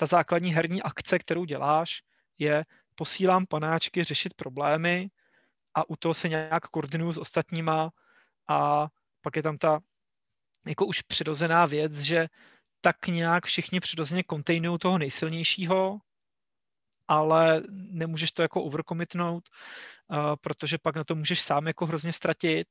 ta základní herní akce, kterou děláš, je posílám panáčky řešit problémy a u toho se nějak koordinuju s ostatníma a pak je tam ta jako už přirozená věc, že tak nějak všichni přirozeně kontejnují toho nejsilnějšího, ale nemůžeš to jako overcommitnout, protože pak na to můžeš sám jako hrozně ztratit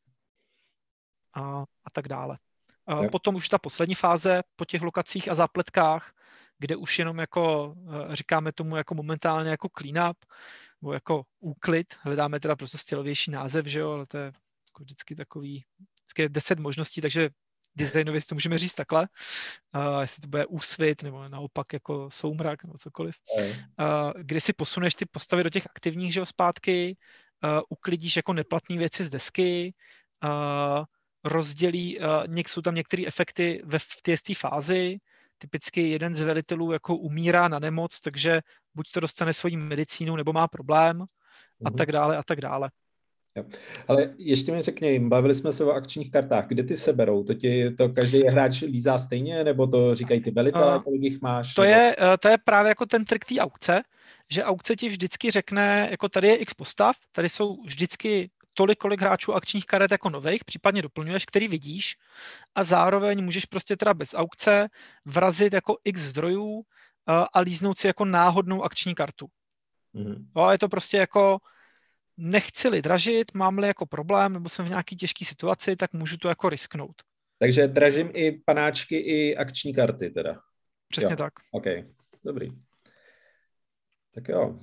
a tak dále. Potom už ta poslední fáze po těch lokacích a zápletkách, kde už jenom jako říkáme tomu jako momentálně jako clean up, nebo jako úklid, hledáme teda prostě stylovější název, že jo, ale to je jako vždycky takový, vždycky je 10 možností, takže designově si to můžeme říct takhle, jestli to bude úsvit, nebo naopak jako soumrak, nebo cokoliv. Kdy si posuneš ty postavy do těch aktivních, že jo, zpátky, uklidíš jako neplatné věci z desky, rozdělí, jsou tam některé efekty v té fázi, typicky jeden z velitelů jako umírá na nemoc, takže buď to dostane svojí medicínu, nebo má problém, a tak dále, a tak dále. Jo. Ale ještě mi řekni, bavili jsme se o akčních kartách, kde ty se berou? To každý hráč lízá stejně, nebo to říkají ty velitelé, kolik jich máš? To je právě jako ten trik té aukce, že aukce ti vždycky řekne, jako tady je x postav, tady jsou vždycky tolik, kolik hráčů akčních karet jako nových, případně doplňuješ, který vidíš, a zároveň můžeš prostě teda bez aukce vrazit jako x zdrojů a líznout si jako náhodnou akční kartu. No, je to prostě jako nechci-li dražit, mám-li jako problém, nebo jsem v nějaký těžké situaci, tak můžu to jako risknout. Takže dražím i panáčky, i akční karty teda. Přesně tak. OK, dobrý. Tak jo.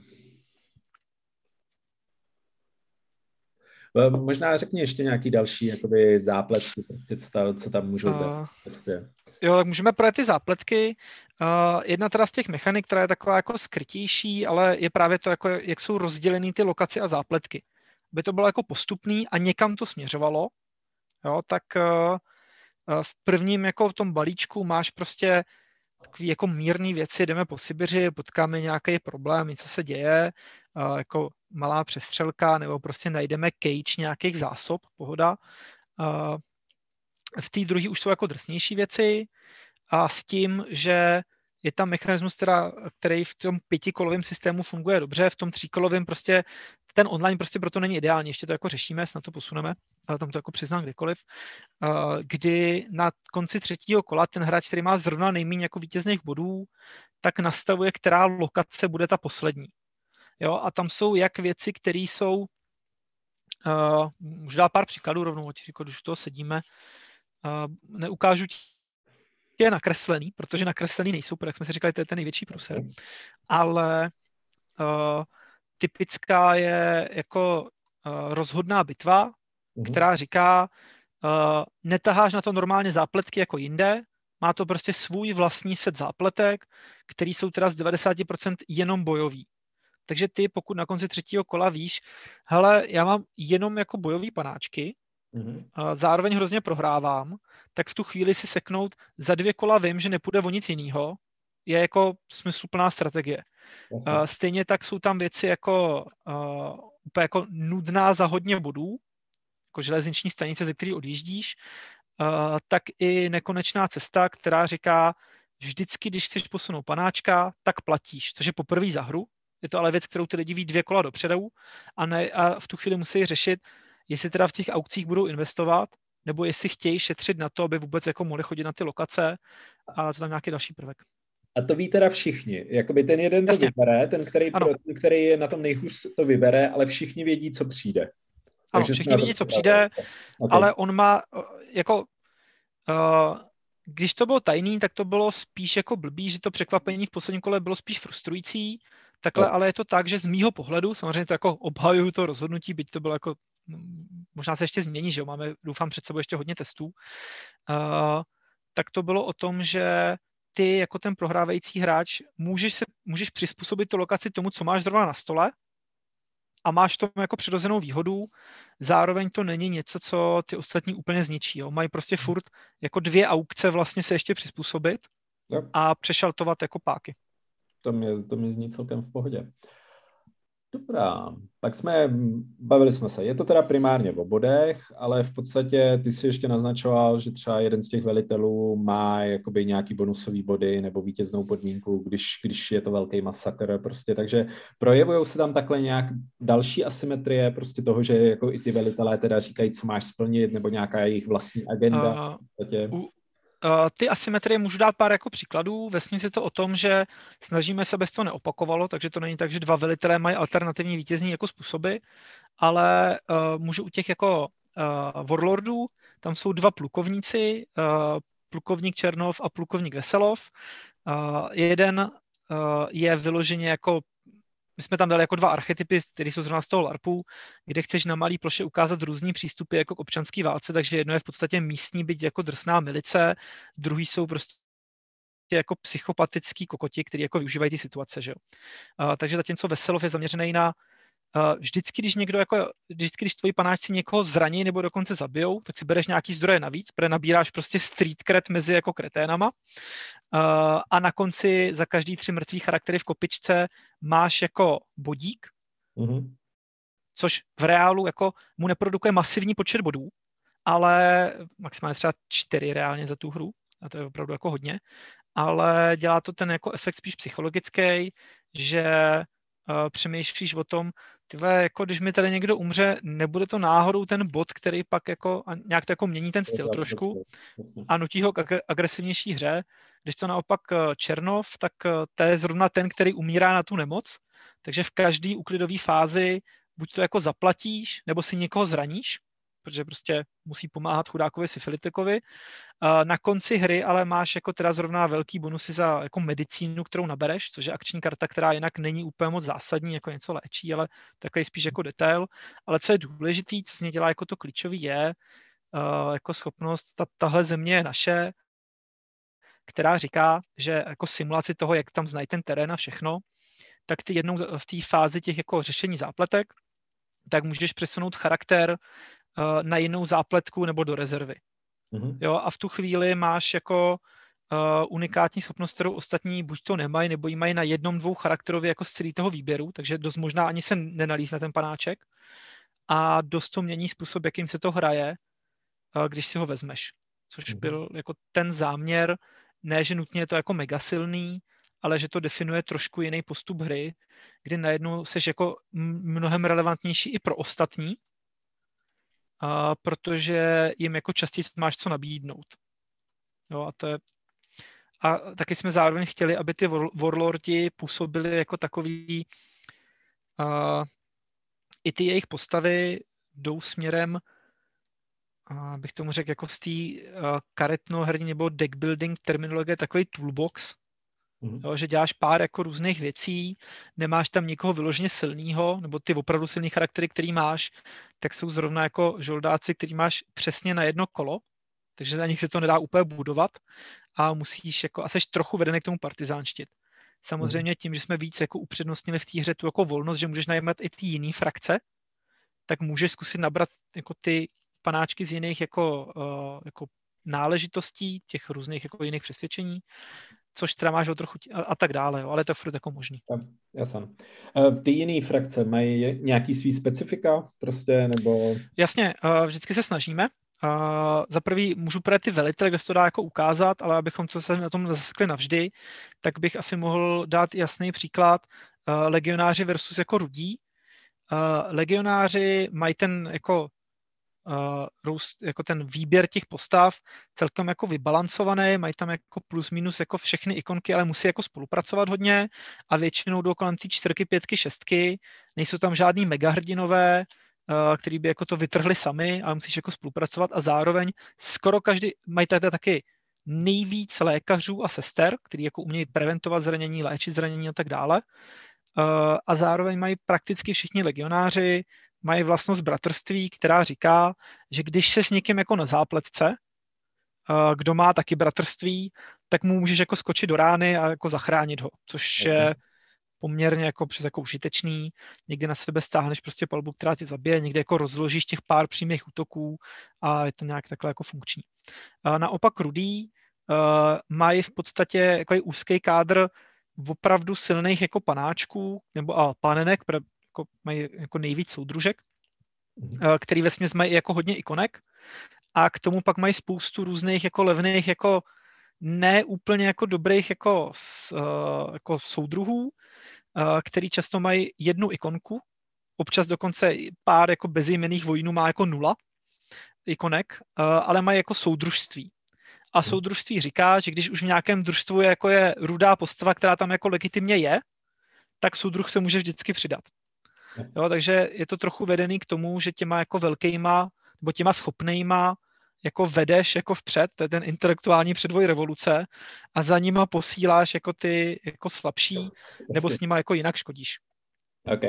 Možná řekni ještě nějaký další jakoby zápletky, prostě, co tam můžou být. Prostě. Jo, tak můžeme projet ty zápletky. Jedna teda z těch mechanik, která je taková jako skrytější, ale je právě to, jako, jak jsou rozdělený ty lokace a zápletky. Aby to bylo jako postupný a někam to směřovalo, jo, tak v prvním jako v tom balíčku máš prostě takový jako mírný věci, jdeme po Sibiři, potkáme nějaký problém, něco se děje, jako malá přestřelka, nebo prostě najdeme cage nějakých zásob, pohoda. V té druhé už jsou jako drsnější věci a s tím, že je tam mechanismus, který v tom 5kolovém systému funguje dobře, v tom 3kolovém prostě ten online prostě proto není ideální, ještě to jako řešíme, snad to posuneme, ale tam to jako přiznám kdekoliv, kdy na konci 3. kola ten hráč, který má zrovna nejméně jako vítězných bodů, tak nastavuje, která lokace bude ta poslední. Jo, a tam jsou jak věci, které jsou, můžu dát pár příkladů rovnou, když u toho sedíme, neukážu je nakreslený, protože nakreslený nejsou, jak jsme si říkali, to je ten největší průser. Ale typická je jako rozhodná bitva, která říká, netaháš na to normálně zápletky jako jinde, má to prostě svůj vlastní set zápletek, který jsou teda z 90% jenom bojový. Takže ty, pokud na konci 3. kola víš, hele, já mám jenom jako bojový panáčky, zároveň hrozně prohrávám, tak v tu chvíli si seknout za 2 kola vím, že nepůjde o nic jiného, je jako smysluplná strategie. Stejně tak jsou tam věci jako úplně jako nudná za hodně bodů, jako železniční stanice, ze který odjíždíš, tak i nekonečná cesta, která říká, vždycky, když chceš posunout panáčka, tak platíš, což je poprvé za hru. Je to ale věc, kterou ty lidi ví 2 kola dopředu a v tu chvíli musí řešit, jestli teda v těch aukcích budou investovat, nebo jestli chtějí šetřit na to, aby vůbec jako mohli chodit na ty lokace, a to tam nějaký další prvek. A to ví teda všichni. Jakoby ten jeden to vybere, ten, který je na tom nejhůř, to vybere, ale všichni vědí, co přijde. Ano, takže všichni vědí, co přijde, ale on má jako... Když to bylo tajný, tak to bylo spíš jako blbý, že to překvapení v posledním kole bylo spíš frustrující. Takhle, ale je to tak, že z mýho pohledu, samozřejmě to jako obhajuju to rozhodnutí, byť to bylo jako, možná se ještě změní, že jo, máme, doufám, před sebou ještě hodně testů, tak to bylo o tom, že ty jako ten prohrávající hráč můžeš přizpůsobit tu lokaci tomu, co máš zrovna na stole a máš tomu jako přirozenou výhodu, zároveň to není něco, co ty ostatní úplně zničí. Jo. Mají prostě furt jako 2 aukce vlastně se ještě přizpůsobit a přešaltovat jako páky. To mě zní celkem v pohodě. Dobrá, bavili jsme se. Je to teda primárně o bodech, ale v podstatě ty si ještě naznačoval, že třeba jeden z těch velitelů má jakoby nějaký bonusový body nebo vítěznou podmínku, když je to velký masakr prostě, takže projevujou se tam takhle nějak další asymetrie prostě toho, že jako i ty velitelé teda říkají, co máš splnit, nebo nějaká jejich vlastní agenda v podstatě. Ty asymetrie můžu dát pár jako příkladů. Vesměs je to o tom, že snažíme se, aby se to neopakovalo, takže to není tak, že dva velitelé mají alternativní vítězní jako způsoby, ale můžu u těch jako warlordů, tam jsou dva plukovníci, plukovník Černov a plukovník Veselov. Jeden je vyloženě jako my jsme tam dali jako dva archetypy, které jsou zrovna z toho LARPu, kde chceš na malý ploše ukázat různý přístupy jako k občanské válce, takže jedno je v podstatě místní byť jako drsná milice, druhý jsou prostě jako psychopatický kokoti, kteří jako využívají ty situace, že jo. Takže zatímco Veselov je zaměřený na vždycky, když tvoji panáčci někoho zraní nebo dokonce zabijou, tak si bereš nějaký zdroje navíc, protože nabíráš prostě street cred mezi jako kreténama a na konci za každý 3 mrtvý charaktery v kopičce máš jako bodík, což v reálu jako mu neprodukuje masivní počet bodů, ale maximálně třeba 4 reálně za tu hru, a to je opravdu jako hodně, ale dělá to ten jako efekt spíš psychologický, že přemýšlíš o tom, tyhle, jako když mi tady někdo umře, nebude to náhodou ten bod, který pak jako nějak to jako mění ten styl trošku a nutí ho k agresivnější hře. Když to naopak Černov, tak to je zrovna ten, který umírá na tu nemoc, takže v každé úklidové fázi buď to jako zaplatíš, nebo si někoho zraníš, protože prostě musí pomáhat chudákovi syfilitikovi. Na konci hry ale máš jako teda zrovna velký bonusy za jako medicínu, kterou nabereš, což je akční karta, která jinak není úplně moc zásadní, jako něco léčí, ale takový spíš jako detail. Ale co je důležitý, co z něj dělá jako to klíčový je jako schopnost, tahle země je naše, která říká, že jako simulaci toho, jak tam znají ten terén a všechno, tak ty jednou v té fázi těch jako řešení zápletek, tak můžeš přesunout charakter na jinou zápletku nebo do rezervy. Jo, a v tu chvíli máš jako unikátní schopnost, kterou ostatní buď to nemají, nebo ji mají na jednom, dvou charakterově jako z celý toho výběru, takže dost možná ani se nenalízne ten panáček a dost to mění způsob, jakým se to hraje, když si ho vezmeš. Což byl jako ten záměr, ne, že nutně je to jako mega silný, ale že to definuje trošku jiný postup hry, kdy najednou seš jako mnohem relevantnější i pro ostatní, protože jim jako častěji máš co nabídnout. Jo, a taky jsme zároveň chtěli, aby ty warlordi působili jako takový i ty jejich postavy jdou směrem, bych tomu řekl, jako z té karetnoherní nebo deck building terminologie takový toolbox, jo, že děláš pár jako různých věcí, nemáš tam nikoho vyloženě silného, nebo ty opravdu silný charaktery, který máš, tak jsou zrovna jako žoldáci, který máš přesně na jedno kolo, takže na nich se to nedá úplně budovat a musíš jako, a seš trochu vedený k tomu partizánštit. Samozřejmě tím, že jsme víc jako upřednostnili v té hře tu jako volnost, že můžeš najímat i ty jiný frakce, tak můžeš zkusit nabrat jako ty panáčky z jiných jako náležitostí, těch různých jako jiných přesvědčení, což teda máš o trochu a tak dále, jo, ale to je furt jako možný. Jasně. Ty jiný frakce mají nějaký svý specifika prostě, nebo... Jasně, vždycky se snažíme. Za prvý můžu právě ty velitele, kde se to dá jako ukázat, ale abychom to se na tom zasekli navždy, tak bych asi mohl dát jasný příklad legionáři versus jako rudí. Legionáři mají ten jako ten výběr těch postav celkem jako vybalancovaný, mají tam jako plus minus jako všechny ikonky, ale musí jako spolupracovat hodně a většinou jdou kolem ty 4, 5, 6, nejsou tam žádný megahrdinové, který by jako to vytrhli sami, ale musíš jako spolupracovat a zároveň skoro každý, mají tady taky nejvíc lékařů a sester, který jako umějí preventovat zranění, léčit zranění a tak dále. A zároveň mají prakticky všichni legionáři, mají vlastnost bratrství, která říká, že když se s někým jako na zápletce, kdo má taky bratrství, tak mu můžeš jako skočit do rány a jako zachránit ho, což je poměrně jako přes jako užitečný. Někdy na sebe stáhneš prostě palbu, která tě zabije, někde jako rozložíš těch pár přímých útoků a je to nějak takhle jako funkční. Naopak rudý mají v podstatě jako úzký kádr opravdu silných jako panáčků nebo panenek, jako mají jako nejvíc soudružek, který vesměs mají jako hodně ikonek a k tomu pak mají spoustu různých jako levných jako ne úplně jako dobrých jako soudruhů, který často mají jednu ikonku, občas dokonce pár jako bezejmenných vojnů má jako 0 ikonek, ale mají jako soudružství. A soudružství říká, že když už v nějakém družstvu je rudá postava, která tam jako legitimně je, tak soudruh se může vždycky přidat. Jo, takže je to trochu vedený k tomu, že těma jako velkýma, nebo těma schopnejma jako vedeš jako vpřed, to je ten intelektuální předvoj revoluce a za nima posíláš jako ty jako slabší, nebo s nima jako jinak škodíš. OK.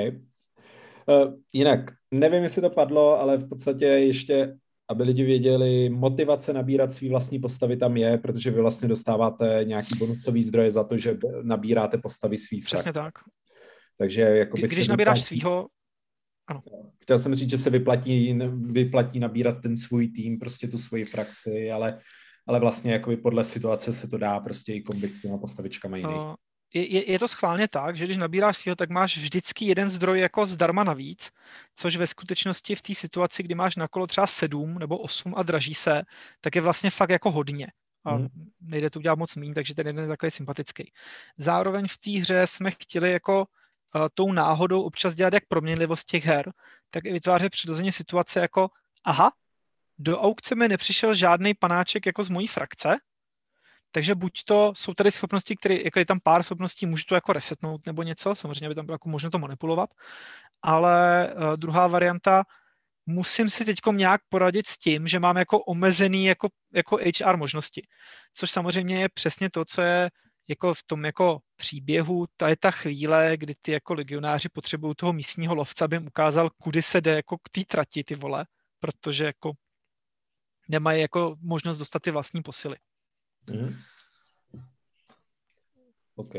Jinak, nevím, jestli to padlo, ale v podstatě ještě, aby lidi věděli, motivace nabírat svý vlastní postavy tam je, protože vy vlastně dostáváte nějaký bonusový zdroje za to, že nabíráte postavy svý frakce. Přesně tak. Takže jakoby když nabíráš svýho, ano. Chtěl jsem říct, že se vyplatí nabírat ten svůj tým, prostě tu svoji frakci, ale vlastně jakoby podle situace se to dá prostě i kombit s těma postavičkama jiných. Je to schválně tak, že když nabíráš svýho, tak máš vždycky jeden zdroj jako zdarma navíc, což ve skutečnosti v té situaci, kdy máš na kolo třeba 7 nebo 8 a draží se, tak je vlastně fakt jako hodně. A nejde to udělat moc méně, takže ten jeden je takový sympatický. Zároveň v té hře jsme chtěli jako tou náhodou občas dělat jak proměnlivost těch her, tak i vytvářet přirozeně situace jako aha, do aukce mi nepřišel žádný panáček jako z mojí frakce, takže buď to jsou tady schopnosti, které, jako je tam pár schopností, můžu to jako resetnout nebo něco, samozřejmě by tam bylo jako možno to manipulovat, ale druhá varianta, musím si teď nějak poradit s tím, že mám jako omezený jako HR možnosti, což samozřejmě je přesně to, co je jako v tom jako příběhu, to je ta chvíle, kdy ty jako legionáři potřebují toho místního lovce, aby jim ukázal, kudy se jde jako k té trati, ty vole, protože jako nemají jako možnost dostat ty vlastní posily. OK.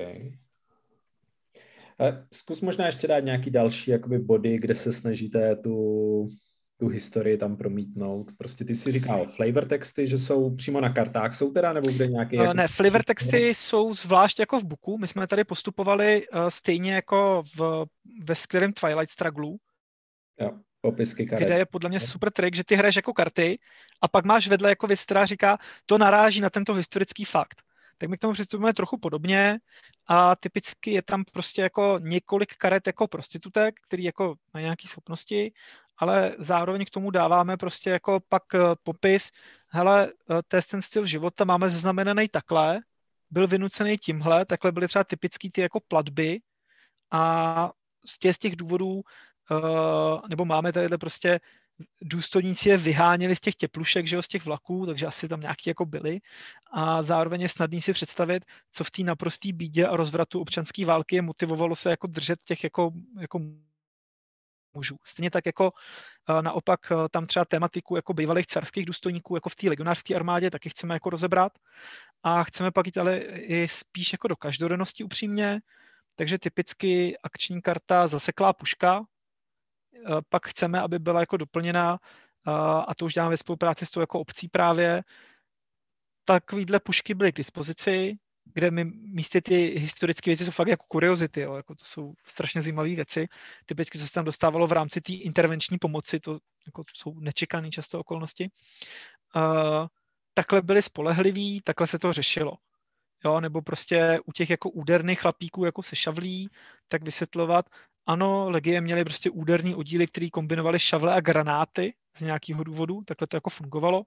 Zkus možná ještě dát nějaký další jakoby body, kde se snažíte tu historii tam promítnout. Prostě ty si říkal flavor texty, že jsou přímo na kartách, jsou teda, nebo kde nějaký... Ne, flavor texty jsou zvlášť jako v booku. My jsme tady postupovali stejně jako ve skvělém Twilight Struggle. Jo, popisky karet. Kde je podle mě super trik, že ty hraješ jako karty a pak máš vedle jako věc, která říká, to naráží na tento historický fakt. Tak my k tomu přistupujeme trochu podobně a typicky je tam prostě jako několik karet jako prostitutek, který jako mají nějaké schopnosti, ale zároveň k tomu dáváme prostě jako pak popis, hele, to je ten styl života, máme zaznamenaný takhle, byl vynucený tímhle, takhle byly třeba typický ty jako platby a z těch důvodů nebo máme tadyhle prostě důstojníci je vyháněli z těch teplušek, že jo, z těch vlaků, takže asi tam nějaký jako byli a zároveň je snadný si představit, co v té naprosté bídě a rozvratu občanské války je motivovalo se jako držet těch jako mužů. Stejně tak jako naopak tam třeba tematiku jako bývalých carských důstojníků jako v té legionářské armádě taky chceme jako rozebrat a chceme pak jít ale i spíš jako do každodennosti upřímně, takže typicky akční karta zaseklá puška, pak chceme, aby byla jako doplněná, a to už děláme ve spolupráci s tou jako obcí právě, takovýhle pušky byly k dispozici, kde my místě ty historické věci jsou fakt jako kuriozity, jo, jako to jsou strašně zajímavé věci. Typicky, co se tam dostávalo v rámci té intervenční pomoci, to jako jsou nečekané často okolnosti. Takhle byli spolehliví, takhle se to řešilo. Jo, nebo prostě u těch jako úderných chlapíků jako se šavlí, tak vysvětlovat, ano, legie měly prostě úderný oddíly, který kombinovaly šavle a granáty z nějakého důvodu, takhle to jako fungovalo.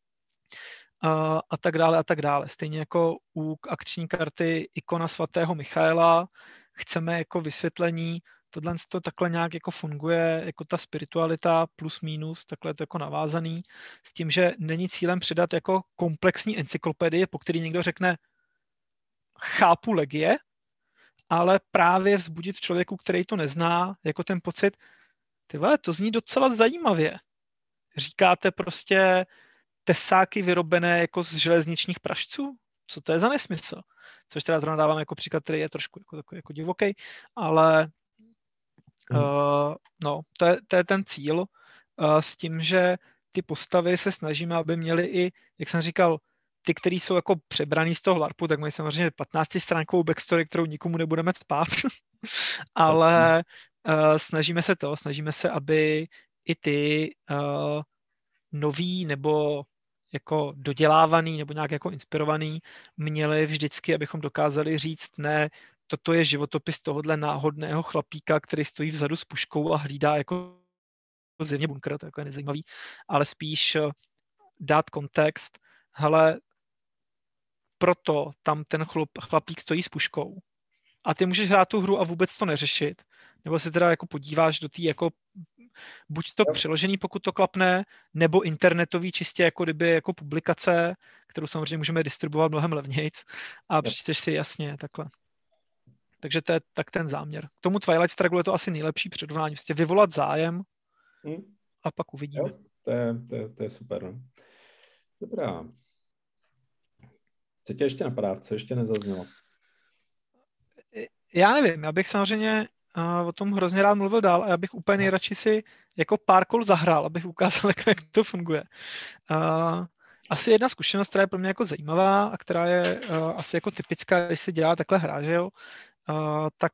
A tak dále a tak dále. Stejně jako u akční karty ikona svatého Michaela chceme jako vysvětlení, tohle to takhle nějak jako funguje, jako ta spiritualita plus minus, takhle je to jako navázaný, s tím, že není cílem předat jako komplexní encyklopedii, po který někdo řekne chápu legie, ale právě vzbudit v člověku, který to nezná, jako ten pocit, ty vole, to zní docela zajímavě. Říkáte prostě tesáky vyrobené jako z železničních pražců? Co to je za nesmysl? Což teda zrovna dávám jako příklad, který je trošku jako divoký, ale no, to je ten cíl s tím, že ty postavy se snažíme, aby měly i, jak jsem říkal, ty, který jsou jako přebraný z toho LARPu, tak mají samozřejmě 15stránkovou backstory, kterou nikomu nebudeme spát, ale snažíme se, aby i ty noví nebo jako dodělávaný nebo nějak jako inspirovaný měli vždycky, abychom dokázali říct, ne, toto je životopis tohohle náhodného chlapíka, který stojí vzadu s puškou a hlídá jako zjevně bunkr, to jako je nezajímavý, ale spíš dát kontext, hele, proto tam ten chlapík stojí s puškou. A ty můžeš hrát tu hru a vůbec to neřešit. Nebo se teda jako podíváš do té jako buď to přeložený, pokud to klapne, nebo internetový čistě jako kdyby jako publikace, kterou samozřejmě můžeme distribuovat mnohem levnějc a přečteš si jasně takhle. Takže to je tak ten záměr. K tomu Twilight Struggle je to asi nejlepší přirovnání. Prostě vyvolat zájem a pak uvidíme. Jo, to je super. No. Dobrá. Co tě ještě napadá? Co ještě nezaznělo? Já nevím, já bych samozřejmě o tom hrozně rád mluvil dál a já bych úplně nejradši si jako pár kol zahrál, abych ukázal, jak to funguje. Asi jedna zkušenost, která je pro mě jako zajímavá a která je asi jako typická, když se dělá takhle hra, že jo, tak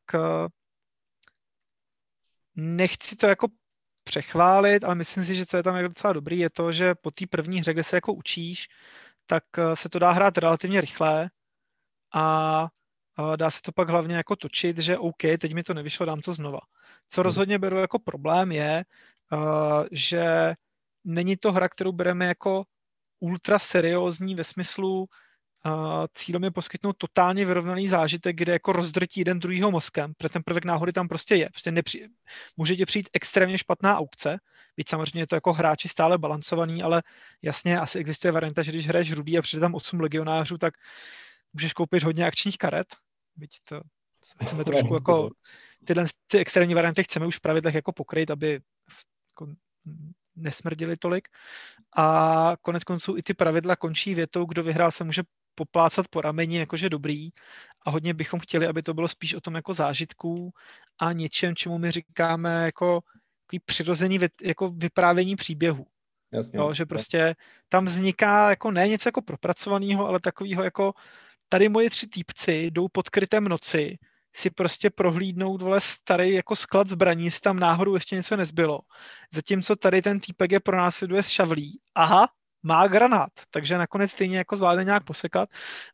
nechci to jako přechválit, ale myslím si, že co je tam jako docela dobrý, je to, že po té první hře, kde se jako učíš, tak se to dá hrát relativně rychle a dá se to pak hlavně jako točit, že OK, teď mi to nevyšlo, dám to znova. Co rozhodně beru jako problém je, že není to hra, kterou bereme jako ultra seriózní ve smyslu cílem je poskytnout totálně vyrovnaný zážitek, kde jako rozdrtí jeden druhýho mozkem, protože ten prvek náhody tam prostě je. Prostě může tě přijít extrémně špatná aukce, byť samozřejmě je to jako hráči stále balancovaný, ale jasně asi existuje varianta, že když hraješ rudý a přijde tam 8 legionářů, tak můžeš koupit hodně akčních karet, byť to chceme trošku jako ty extrémní varianty chceme už v pravidlech jako pokryt, aby jako nesmrdili tolik. A konec konců i ty pravidla končí větou, kdo vyhrál se může poplácat po rameni, jakože dobrý. A hodně bychom chtěli, aby to bylo spíš o tom jako zážitku a něčem, čemu my říkáme jako přirozený jako vyprávění příběhu. Jasně. Jo, že prostě tam vzniká jako ne něco jako propracovaného, ale takového jako tady moje 3 týpci jdou pod krytem noci si prostě prohlídnout, vole, starý jako sklad zbraní, jestli tam náhodou ještě něco nezbylo. Zatímco tady ten týpek je pronásleduje s šavlí. Aha, má granát, takže nakonec stejně jako zvládne nějak posekat.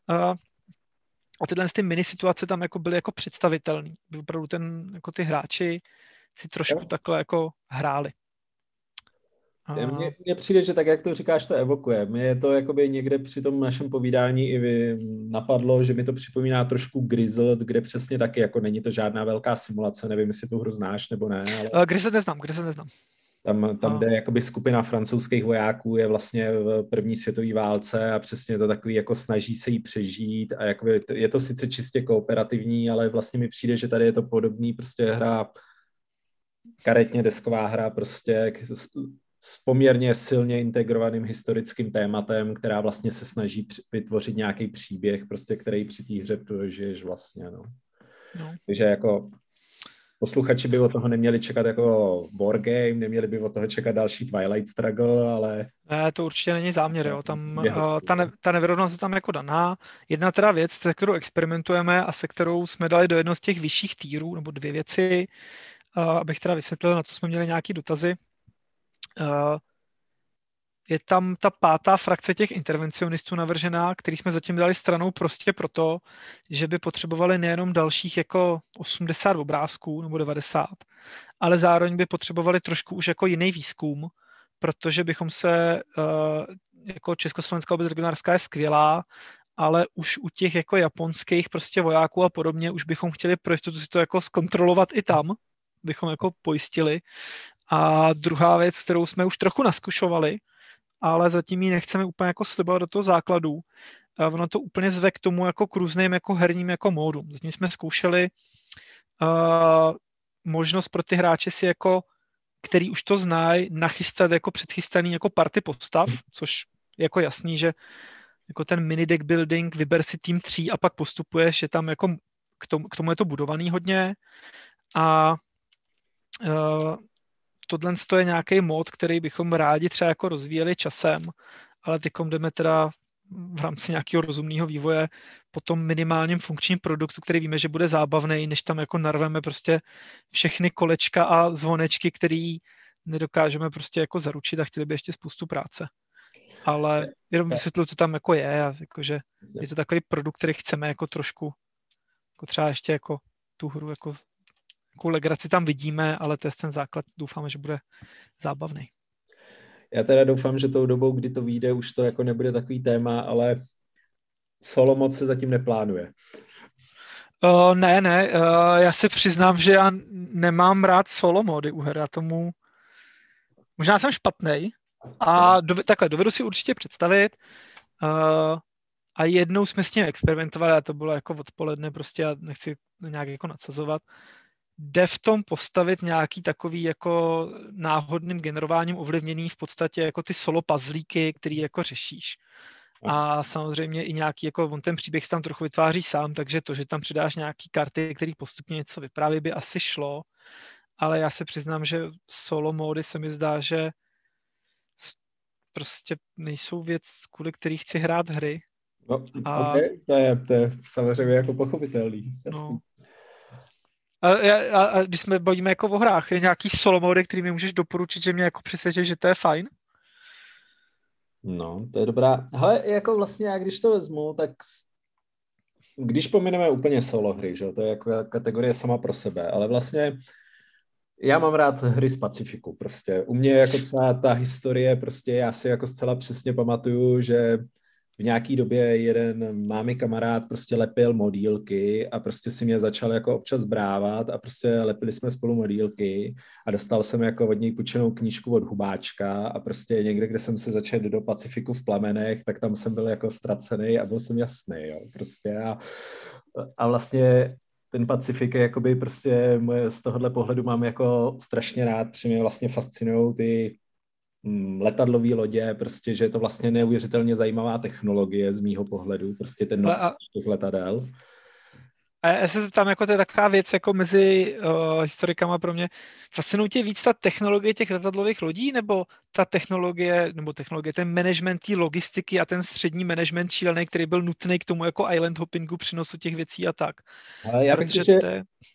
A tyhle ty mini situace tam jako byly jako představitelný. Opravdu jako ty hráči si trošku takhle jako hráli. Mně přijde, že tak, jak to říkáš, to evokuje. Mě to jakoby někde při tom našem povídání i napadlo, že mi to připomíná trošku Grizzled, kde přesně taky jako není to žádná velká simulace, nevím, jestli tu hru znáš nebo ne. Ale... Grizzled neznám. Tam jde jakoby skupina francouzských vojáků, je vlastně v první světové válce a přesně to takový jako snaží se jí přežít a jakoby je to sice čistě kooperativní, ale vlastně mi přijde, že tady je to podobný, prostě hra karetně desková hra prostě s poměrně silně integrovaným historickým tématem, která vlastně se snaží vytvořit nějaký příběh, prostě, který při té hře prožiješ vlastně, no. Takže jako posluchači by od toho neměli čekat jako wargame, neměli by od toho čekat další Twilight Struggle, ale... Ne, to určitě není záměr, jo. Tam, ta nevyrovnanost je tam jako daná. Jedna teda věc, se kterou experimentujeme a se kterou jsme dali do jednoho z těch vyšších tírů, nebo 2 věci, abych teda vysvětlil, na to jsme měli nějaký dotazy. Je tam ta 5. frakce těch intervencionistů navržená, který jsme zatím dali stranou prostě proto, že by potřebovali nejenom dalších jako 80 obrázků nebo 90, ale zároveň by potřebovali trošku už jako jiný výzkum, protože bychom se, jako Československá obec legionářská je skvělá, ale už u těch jako japonských prostě vojáků a podobně už bychom chtěli pro jistotu si to jako zkontrolovat i tam, bychom jako pojistili. A druhá věc, kterou jsme už trochu naskušovali, ale zatím ji nechceme úplně jako slibovat do toho základu. Ono to úplně zve k tomu jako k různým jako herním jako módům. Zatím jsme zkoušeli možnost pro ty hráče si jako, který už to znají, nachystat jako předchystaný jako party postav, což je jako jasný, že jako ten mini deck building, vyber si tým 3 a pak postupuješ, je tam jako k tomu je to budovaný hodně a tohle je nějaký mod, který bychom rádi třeba jako rozvíjeli časem, ale teďkom jdeme teda v rámci nějakého rozumného vývoje po tom minimálním funkčním produktu, který víme, že bude zábavný, než tam jako narveme prostě všechny kolečka a zvonečky, který nedokážeme prostě jako zaručit a chtěli by ještě spoustu práce. Ale jenom vysvětluji, co tam jako je a jakože je to takový produkt, který chceme jako trošku, jako třeba ještě jako tu hru jako legraci tam vidíme, ale to je ten základ, doufáme, že bude zábavný. Já teda doufám, že tou dobou, kdy to vyjde, už to jako nebude takový téma, ale solo mod se zatím neplánuje. Ne, já se přiznám, že já nemám rád solo mody u her, já tomu možná jsem špatnej a takhle, dovedu si určitě představit a jednou jsme s tím experimentovali a to bylo jako odpoledne prostě, já nechci nějak jako nadsazovat, jde v tom postavit nějaký takový jako náhodným generováním ovlivněný v podstatě jako ty solo puzzlíky, který jako řešíš. A samozřejmě i nějaký, jako on ten příběh se tam trochu vytváří sám, takže to, že tam přidáš nějaký karty, který postupně něco vypráví, by asi šlo, ale já se přiznám, že solo módy se mi zdá, že prostě nejsou věc, kvůli který chci hrát hry. No, okay. To je samozřejmě jako pochopitelný. No. A když jsme bavíme jako o hrách, je nějaký solo módy, který mi můžeš doporučit, že mě jako přesvědčí, že to je fajn? No, to je dobrá. Hele, jako vlastně já když to vezmu, tak když pomineme úplně solo hry, že? To je jako kategorie sama pro sebe, ale vlastně já mám rád hry z Pacifiku prostě. U mě jako celá ta historie prostě já si jako zcela přesně pamatuju, že v nějaký době jeden mámi kamarád prostě lepil modýlky a prostě si mě začal jako občas brávat a prostě lepili jsme spolu modýlky a dostal jsem jako od něj půjčenou knížku od Hubáčka a prostě někde, kde jsem se začal do Pacifiku v plamenech, tak tam jsem byl jako ztracený a byl jsem jasný, jo, prostě a vlastně ten Pacifik je jakoby prostě z tohohle pohledu mám jako strašně rád, protože mě vlastně fascinují ty letadlové lodě, prostě, že je to vlastně neuvěřitelně zajímavá technologie z mýho pohledu, prostě ten nosič těch letadel. A já se zeptám, jako to je taková věc jako mezi historikama pro mě. Fascinují tě víc ta technologie těch letadlových lodí, nebo ta technologie, ten management té logistiky a ten střední management šílený, který byl nutný k tomu jako island hoppingu, přinosu těch věcí a tak? Ale já bych řekl, že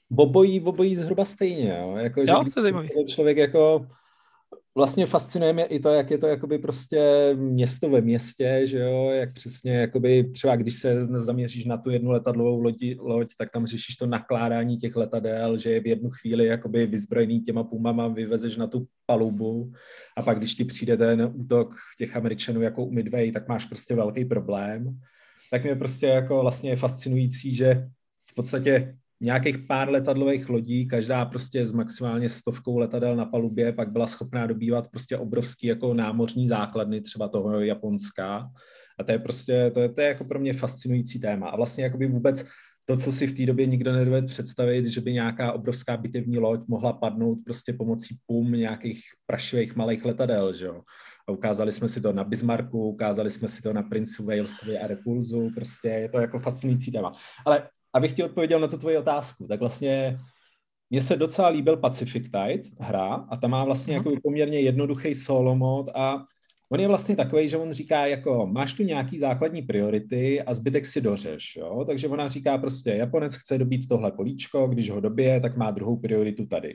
obojí zhruba stejně, jo? Jako, že když člověk jako vlastně fascinuje mě i to, jak je to jakoby prostě město ve městě, že jo, jak přesně jakoby třeba když se zaměříš na tu jednu letadlovou loď, tak tam řešíš to nakládání těch letadel, že je v jednu chvíli jakoby vyzbrojený těma pumama, vyvezeš na tu palubu a pak když ti přijde ten útok těch Američanů jako u Midway, tak máš prostě velký problém. Tak mě prostě jako vlastně je fascinující, že v podstatě nějakých pár letadlových lodí, každá prostě s maximálně 100 letadel na palubě, pak byla schopná dobývat prostě obrovský jako námořní základny třeba toho Japonska. A to je prostě, to je jako pro mě fascinující téma. A vlastně jakoby vůbec to, co si v té době nikdo nedovede představit, že by nějaká obrovská bitevní loď mohla padnout prostě pomocí pum nějakých prašivých malých letadel, že jo. A ukázali jsme si to na Bismarcku, ukázali jsme si to na Prince Walesovi a Repulsu, prostě je to jako fascinující téma. Ale abych ti odpověděl na tu tvoji otázku, tak vlastně mně se docela líbil Pacific Tide hra a ta má vlastně jako poměrně jednoduchý solo mod a on je vlastně takovej, že on říká jako máš tu nějaký základní priority a zbytek si dořeš, jo? Takže ona říká prostě Japonec chce dobít tohle políčko, když ho dobije, tak má druhou prioritu tady.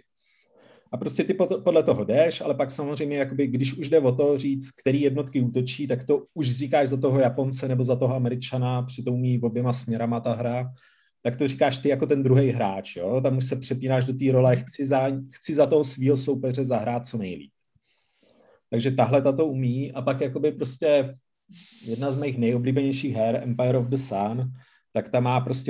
A prostě ty podle toho jdeš, ale pak samozřejmě, jakoby, když už jde o to říct, který jednotky útočí, tak to už říkáš za toho Japonce nebo za toho Američana, přitom umí oběma směrama ta hra, tak to říkáš ty jako ten druhý hráč, jo? Tam už se přepínáš do té role, chci za toho svýho soupeře zahrát co nejlíp. Takže tahle to umí a pak jakoby prostě jedna z mých nejoblíbenějších her, Empire of the Sun, tak ta má prostě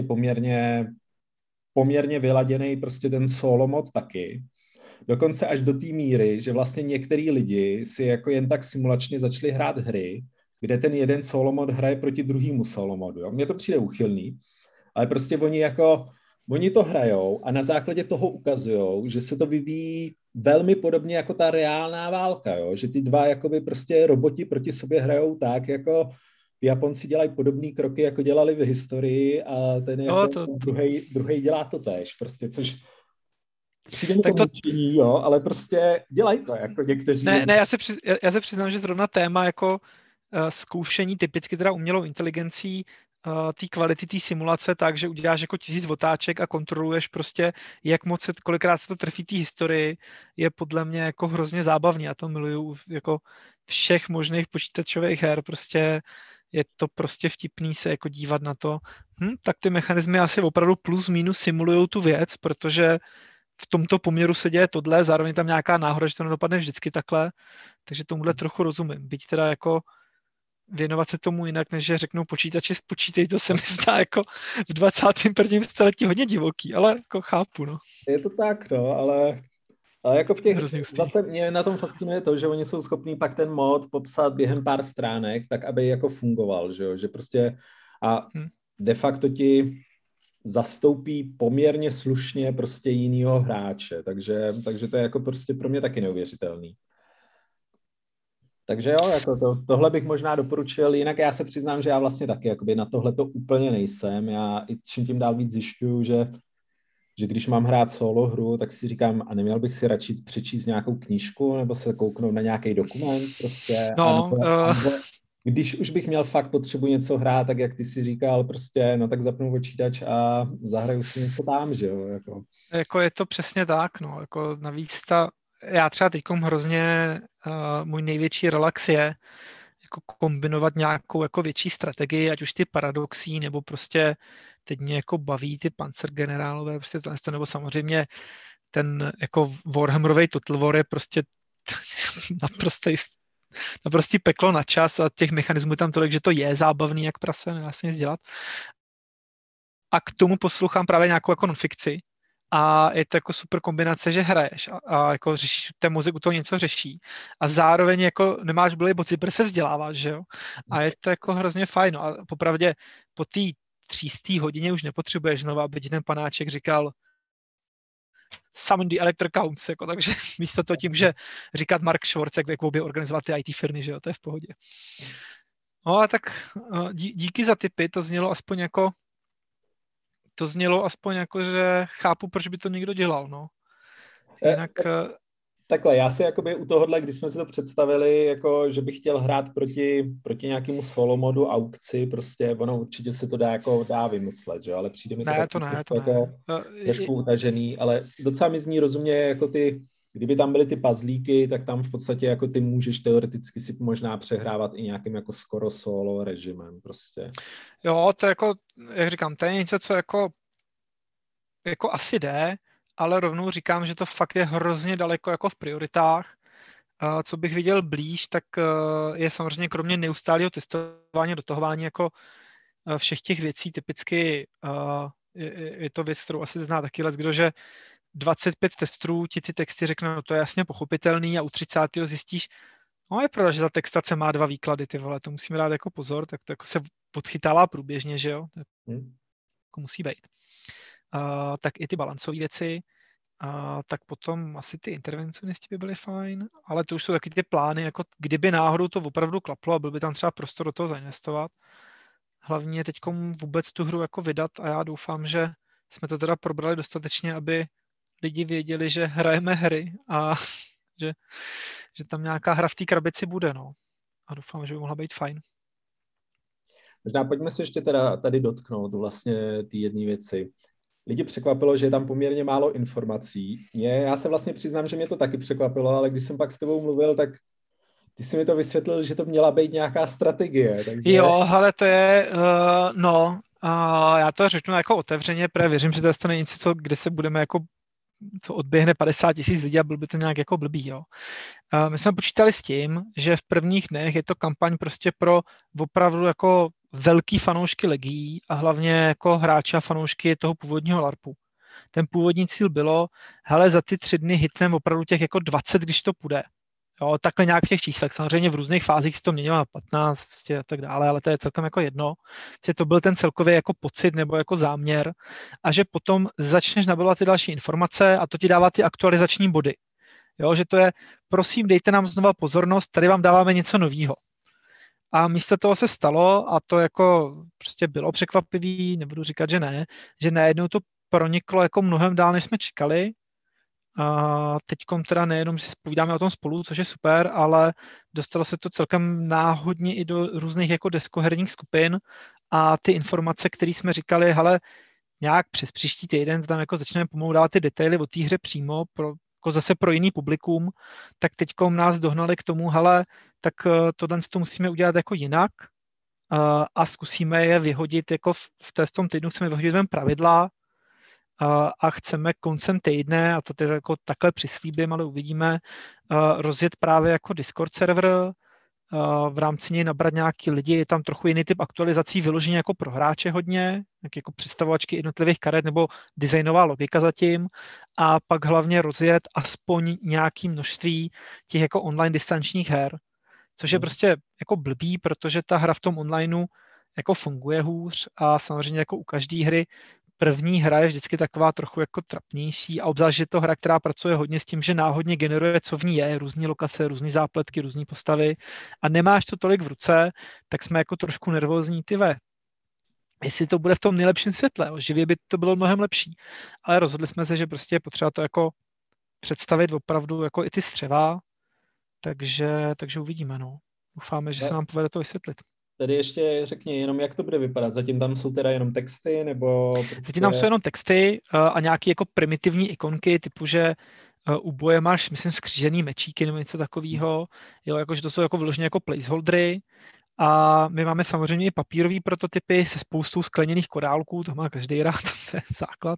poměrně vyladěný prostě ten solo mod taky. Dokonce až do té míry, že vlastně některý lidi si jako jen tak simulačně začali hrát hry, kde ten jeden solo mod hraje proti druhému solo modu. Jo? Mně to přijde úchylný, ale prostě oni to hrajou a na základě toho ukazujou, že se to vyvíjí velmi podobně jako ta reálná válka, jo? Že ty dva jakoby prostě roboti proti sobě hrajou tak, jako ty Japonci dělají podobné kroky, jako dělali v historii a ten jako druhej dělá to též, prostě, což přijde mi to mučení, jo, ale prostě dělají to, jako někteří. Ne, já se přiznám, že zrovna téma jako zkoušení typicky teda umělou inteligencí té kvality té simulace tak, že uděláš jako 1000 otáček a kontroluješ prostě, jak moc kolikrát se to trefí té historii, je podle mě jako hrozně zábavný. Já to miluju jako všech možných počítačových her, prostě je to prostě vtipný se jako dívat na to. Tak ty mechanismy asi opravdu plus minus simulujou tu věc, protože v tomto poměru se děje tohle, zároveň tam nějaká náhoda, že to nedopadne vždycky takhle, takže tomuhle trochu rozumím. Byť teda jako věnovat se tomu jinak, než že řeknou počítači spočítej, to se mi zdá jako v 21. století hodně divoký, ale jako chápu, no. Je to tak, no, ale jako v těch, Hrozně hustý. zase mě na tom fascinuje to, že oni jsou schopní pak ten mod popsat během pár stránek, tak aby jako fungoval, že prostě a de facto ti zastoupí poměrně slušně prostě jinýho hráče, takže to je jako prostě pro mě taky neuvěřitelný. Takže jo, jako tohle bych možná doporučil, jinak já se přiznám, že já vlastně taky jakoby na tohle to úplně nejsem, já i čím tím dál víc zjišťuju, že když mám hrát solo hru, tak si říkám, a neměl bych si radši přečíst nějakou knížku, nebo se kouknout na nějaký dokument prostě, no, anebo když už bych měl fakt potřebu něco hrát, tak jak ty si říkal, prostě, no tak zapnu počítač a zahraju si něco tam, že jo, jako. Jako je to přesně tak, no, jako navíc já třeba teďkom hrozně, můj největší relax je jako kombinovat nějakou jako větší strategii, ať už ty paradoxí, nebo prostě teď mě jako baví ty panzergenerálové, prostě to, nebo samozřejmě ten jako Warhammerovej Total War je prostě naprostý peklo na čas a těch mechanismů je tam tolik, že to je zábavný jak prase, nedá se nic dělat. A k tomu poslouchám právě nějakou jako non-fikci a je to jako super kombinace, že hraješ a jako řešíš, ten mozek u toho něco řeší a zároveň jako nemáš blbý pocit, protože se vzděláváš, že jo? A je to jako hrozně fajn. No a popravdě po té 300 hodině už nepotřebuješ znovu, aby ti ten panáček říkal summon the electric counts, jako, takže místo to tím, že říkat Mark Schwartz, jak by organizovat ty IT firmy, že jo, to je v pohodě. No a tak díky za tipy, to znělo aspoň jako, že chápu, proč by to někdo dělal, no. Jinak... Takhle, já si jakoby u tohohle, když jsme si to představili, jako, že bych chtěl hrát proti nějakému solo modu aukci, prostě ono určitě se to dá vymyslet, že? Ale přijde mi trošku utažený, ale docela mi zní rozumně, jako kdyby tam byly ty puzzlíky, tak tam v podstatě jako ty můžeš teoreticky si možná přehrávat i nějakým jako skoro solo režimem, prostě. Jo, to jako, jak říkám, to je něco, co jako asi jde, ale rovnou říkám, že to fakt je hrozně daleko jako v prioritách. Co bych viděl blíž, tak je samozřejmě kromě neustálého testování, dotahování jako všech těch věcí, typicky je to věc, kterou asi zná taky kdo, že 25 testů ti ty texty řeknou, no to je jasně pochopitelný a u 30. zjistíš, no je pravda, že ta textace má 2 výklady, ty vole, to musíme dát jako pozor, tak to jako se podchytává průběžně, že jo, to jako musí být. Tak i ty balancové věci, tak potom asi ty intervencionisti by byly fajn, ale to už jsou taky ty plány, jako kdyby náhodou to opravdu klaplo a byl by tam třeba prostor do toho zainvestovat. Hlavně je teďkom vůbec tu hru jako vydat a já doufám, že jsme to teda probrali dostatečně, aby lidi věděli, že hrajeme hry a že tam nějaká hra v té krabici bude, no. A doufám, že by mohla být fajn. Možná pojďme se ještě teda tady dotknout vlastně ty jedné věci. Lidi překvapilo, že je tam poměrně málo informací. Já se vlastně přiznám, že mě to taky překvapilo, ale když jsem pak s tebou mluvil, tak ty jsi mi to vysvětlil, že to měla být nějaká strategie. Takže... Jo, ale to je, já to řeknu jako otevřeně, protože věřím, že to není něco, kde se budeme jako, co odběhne 50 000 lidí a byl by to nějak jako blbý, jo. My jsme počítali s tím, že v prvních dnech je to kampaň prostě pro opravdu jako velký fanoušky legií a hlavně jako hráče a fanoušky toho původního LARPu. Ten původní cíl bylo, hele, za ty 3 dny hitneme opravdu těch jako 20, když to půjde. Jo, takhle nějak v těch číslech. Samozřejmě v různých fázích se to měnilo na 15 prostě a tak dále, ale to je celkem jako jedno. Že to byl ten celkově jako pocit nebo jako záměr a že potom začneš nabavovat ty další informace a to ti dává ty aktualizační body. Jo, že to je, prosím, dejte nám znova pozornost, tady vám dáváme něco novýho. A místo toho se stalo, a to jako prostě bylo překvapivý, nebudu říkat, že ne, že najednou to proniklo jako mnohem dál, než jsme čekali. Teďkom teda nejenom, že si povídáme o tom spolu, což je super, ale dostalo se to celkem náhodně i do různých jako deskoherních skupin a ty informace, které jsme říkali, hele, nějak přes příští týden tam jako začneme pomalu dávat ty detaily o té hře přímo, jako zase pro jiný publikum, tak teďkom nás dohnali k tomu, hele, tak tohle to musíme udělat jako jinak a zkusíme je vyhodit, jako v tom týdnu chceme vyhodit ven pravidla, a chceme koncem týdne, a to tedy jako takhle přislíbím, ale uvidíme, rozjet právě jako Discord server, v rámci něj nabrat nějaký lidi, je tam trochu jiný typ aktualizací, vyloženě jako pro hráče hodně, jako představovačky jednotlivých karet nebo designová logika zatím, a pak hlavně rozjet aspoň nějaké množství těch jako online distančních her, což je prostě jako blbý, protože ta hra v tom onlineu jako funguje hůř a samozřejmě jako u každé hry první hra je vždycky taková trochu jako trapnější a obzvlášť je to hra, která pracuje hodně s tím, že náhodně generuje, co v ní je, různé lokace, různé zápletky, různé postavy a nemáš to tolik v ruce, tak jsme jako trošku nervózní, jestli to bude v tom nejlepším světle, živě by to bylo mnohem lepší, ale rozhodli jsme se, že prostě je potřeba to jako představit opravdu jako i ty střeva, takže uvidíme, no. Doufáme, že se nám povede to vysvětlit. Tady ještě řekni jenom, jak to bude vypadat. Zatím tam jsou teda jenom texty, nebo... Prostě... Zatím tam jsou jenom texty a nějaké jako primitivní ikonky, typu, že u boje máš, myslím, skřížený mečíky nebo něco takového, jo, jakože to jsou jako vyloženě jako placeholdery. A my máme samozřejmě i papírové prototypy se spoustou skleněných korálků, to má každý rád, to je základ.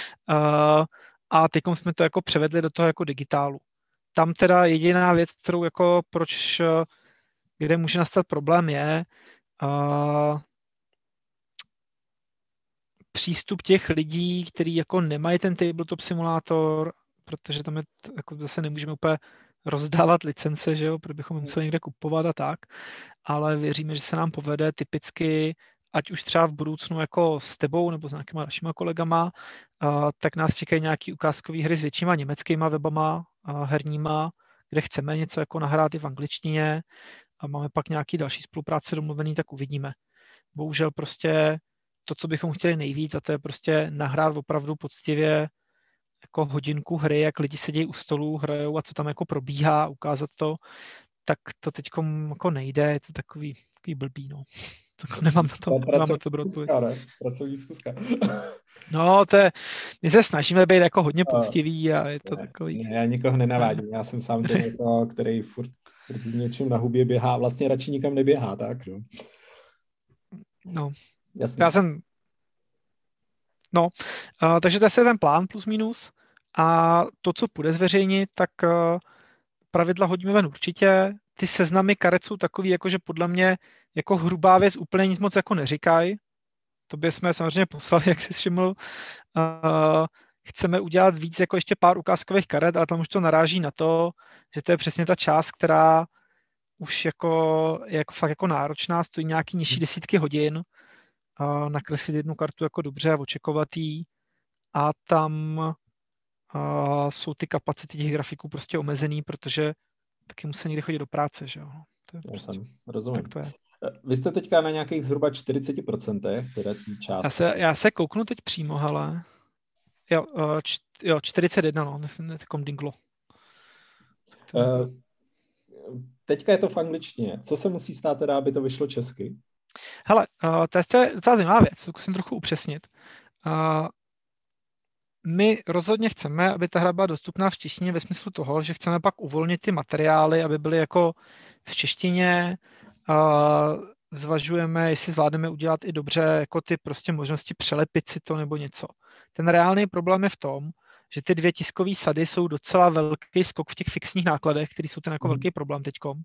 A teď jsme to jako převedli do toho jako digitálu. Tam teda jediná věc, kterou jako kde může nastat problém je přístup těch lidí, kteří jako nemají ten tabletop simulátor, protože tam je jako zase nemůžeme úplně rozdávat licence, že jo, protože bychom museli někde kupovat a tak, ale věříme, že se nám povede typicky, ať už třeba v budoucnu jako s tebou nebo s nějakýma našima kolegama, tak nás čekají nějaký ukázkový hry s většíma německýma webama herníma, kde chceme něco jako nahrát i v angličtině a máme pak nějaký další spolupráce domluvený, tak uvidíme. Bohužel prostě to, co bychom chtěli nejvíc, a to je prostě nahrát opravdu poctivě jako hodinku hry, jak lidi sedí u stolu, hrajou a co tam jako probíhá, ukázat to, tak to teď jako nejde, je to takový blbý, no. Nemám na to brotu. Pracovní zkuska. No, my se snažíme být jako hodně poctiví a je to takový... Ne, já nikoho nenavádím, já jsem sám ten, jako, který furt s něčím na hubě běhá, vlastně radši nikam neběhá, tak, no. No, jasně. Takže to je ten plán plus minus a to, co půjde zveřejnit, tak pravidla hodíme ven určitě. Ty seznamy karet jsou takový, jakože podle mě jako hrubá věc úplně nic moc jako neříkají. To by jsme samozřejmě poslali, jak jsi všiml. Chceme udělat víc jako ještě pár ukázkových karet, ale tam už to naráží na to, že to je přesně ta část, která už jako fakt jako náročná, stojí nějaký nižší desítky hodin. Nakreslit jednu kartu jako dobře a očekovat jí a tam jsou ty kapacity těch grafiků prostě omezený, protože taky musí někde chodit do práce, že jo. To je prostě, rozumím. Tak to je. Vy jste teďka na nějakých zhruba 40%, teda tý části. Já se kouknu teď přímo, hele. Jo, 41, no, nekom dinglo. Teďka je to v angličtině. Co se musí stát teda, aby to vyšlo česky? Hele, to je docela zajímavá věc, zkusím trochu upřesnit. My rozhodně chceme, aby ta hra byla dostupná v češtině ve smyslu toho, že chceme pak uvolnit ty materiály, aby byly jako v češtině. Zvažujeme, jestli zvládneme udělat i dobře jako ty prostě možnosti přelepit si to nebo něco. Ten reálný problém je v tom, že ty 2 tiskové sady jsou docela velký skok v těch fixních nákladech, který jsou ten jako velký problém teďkom.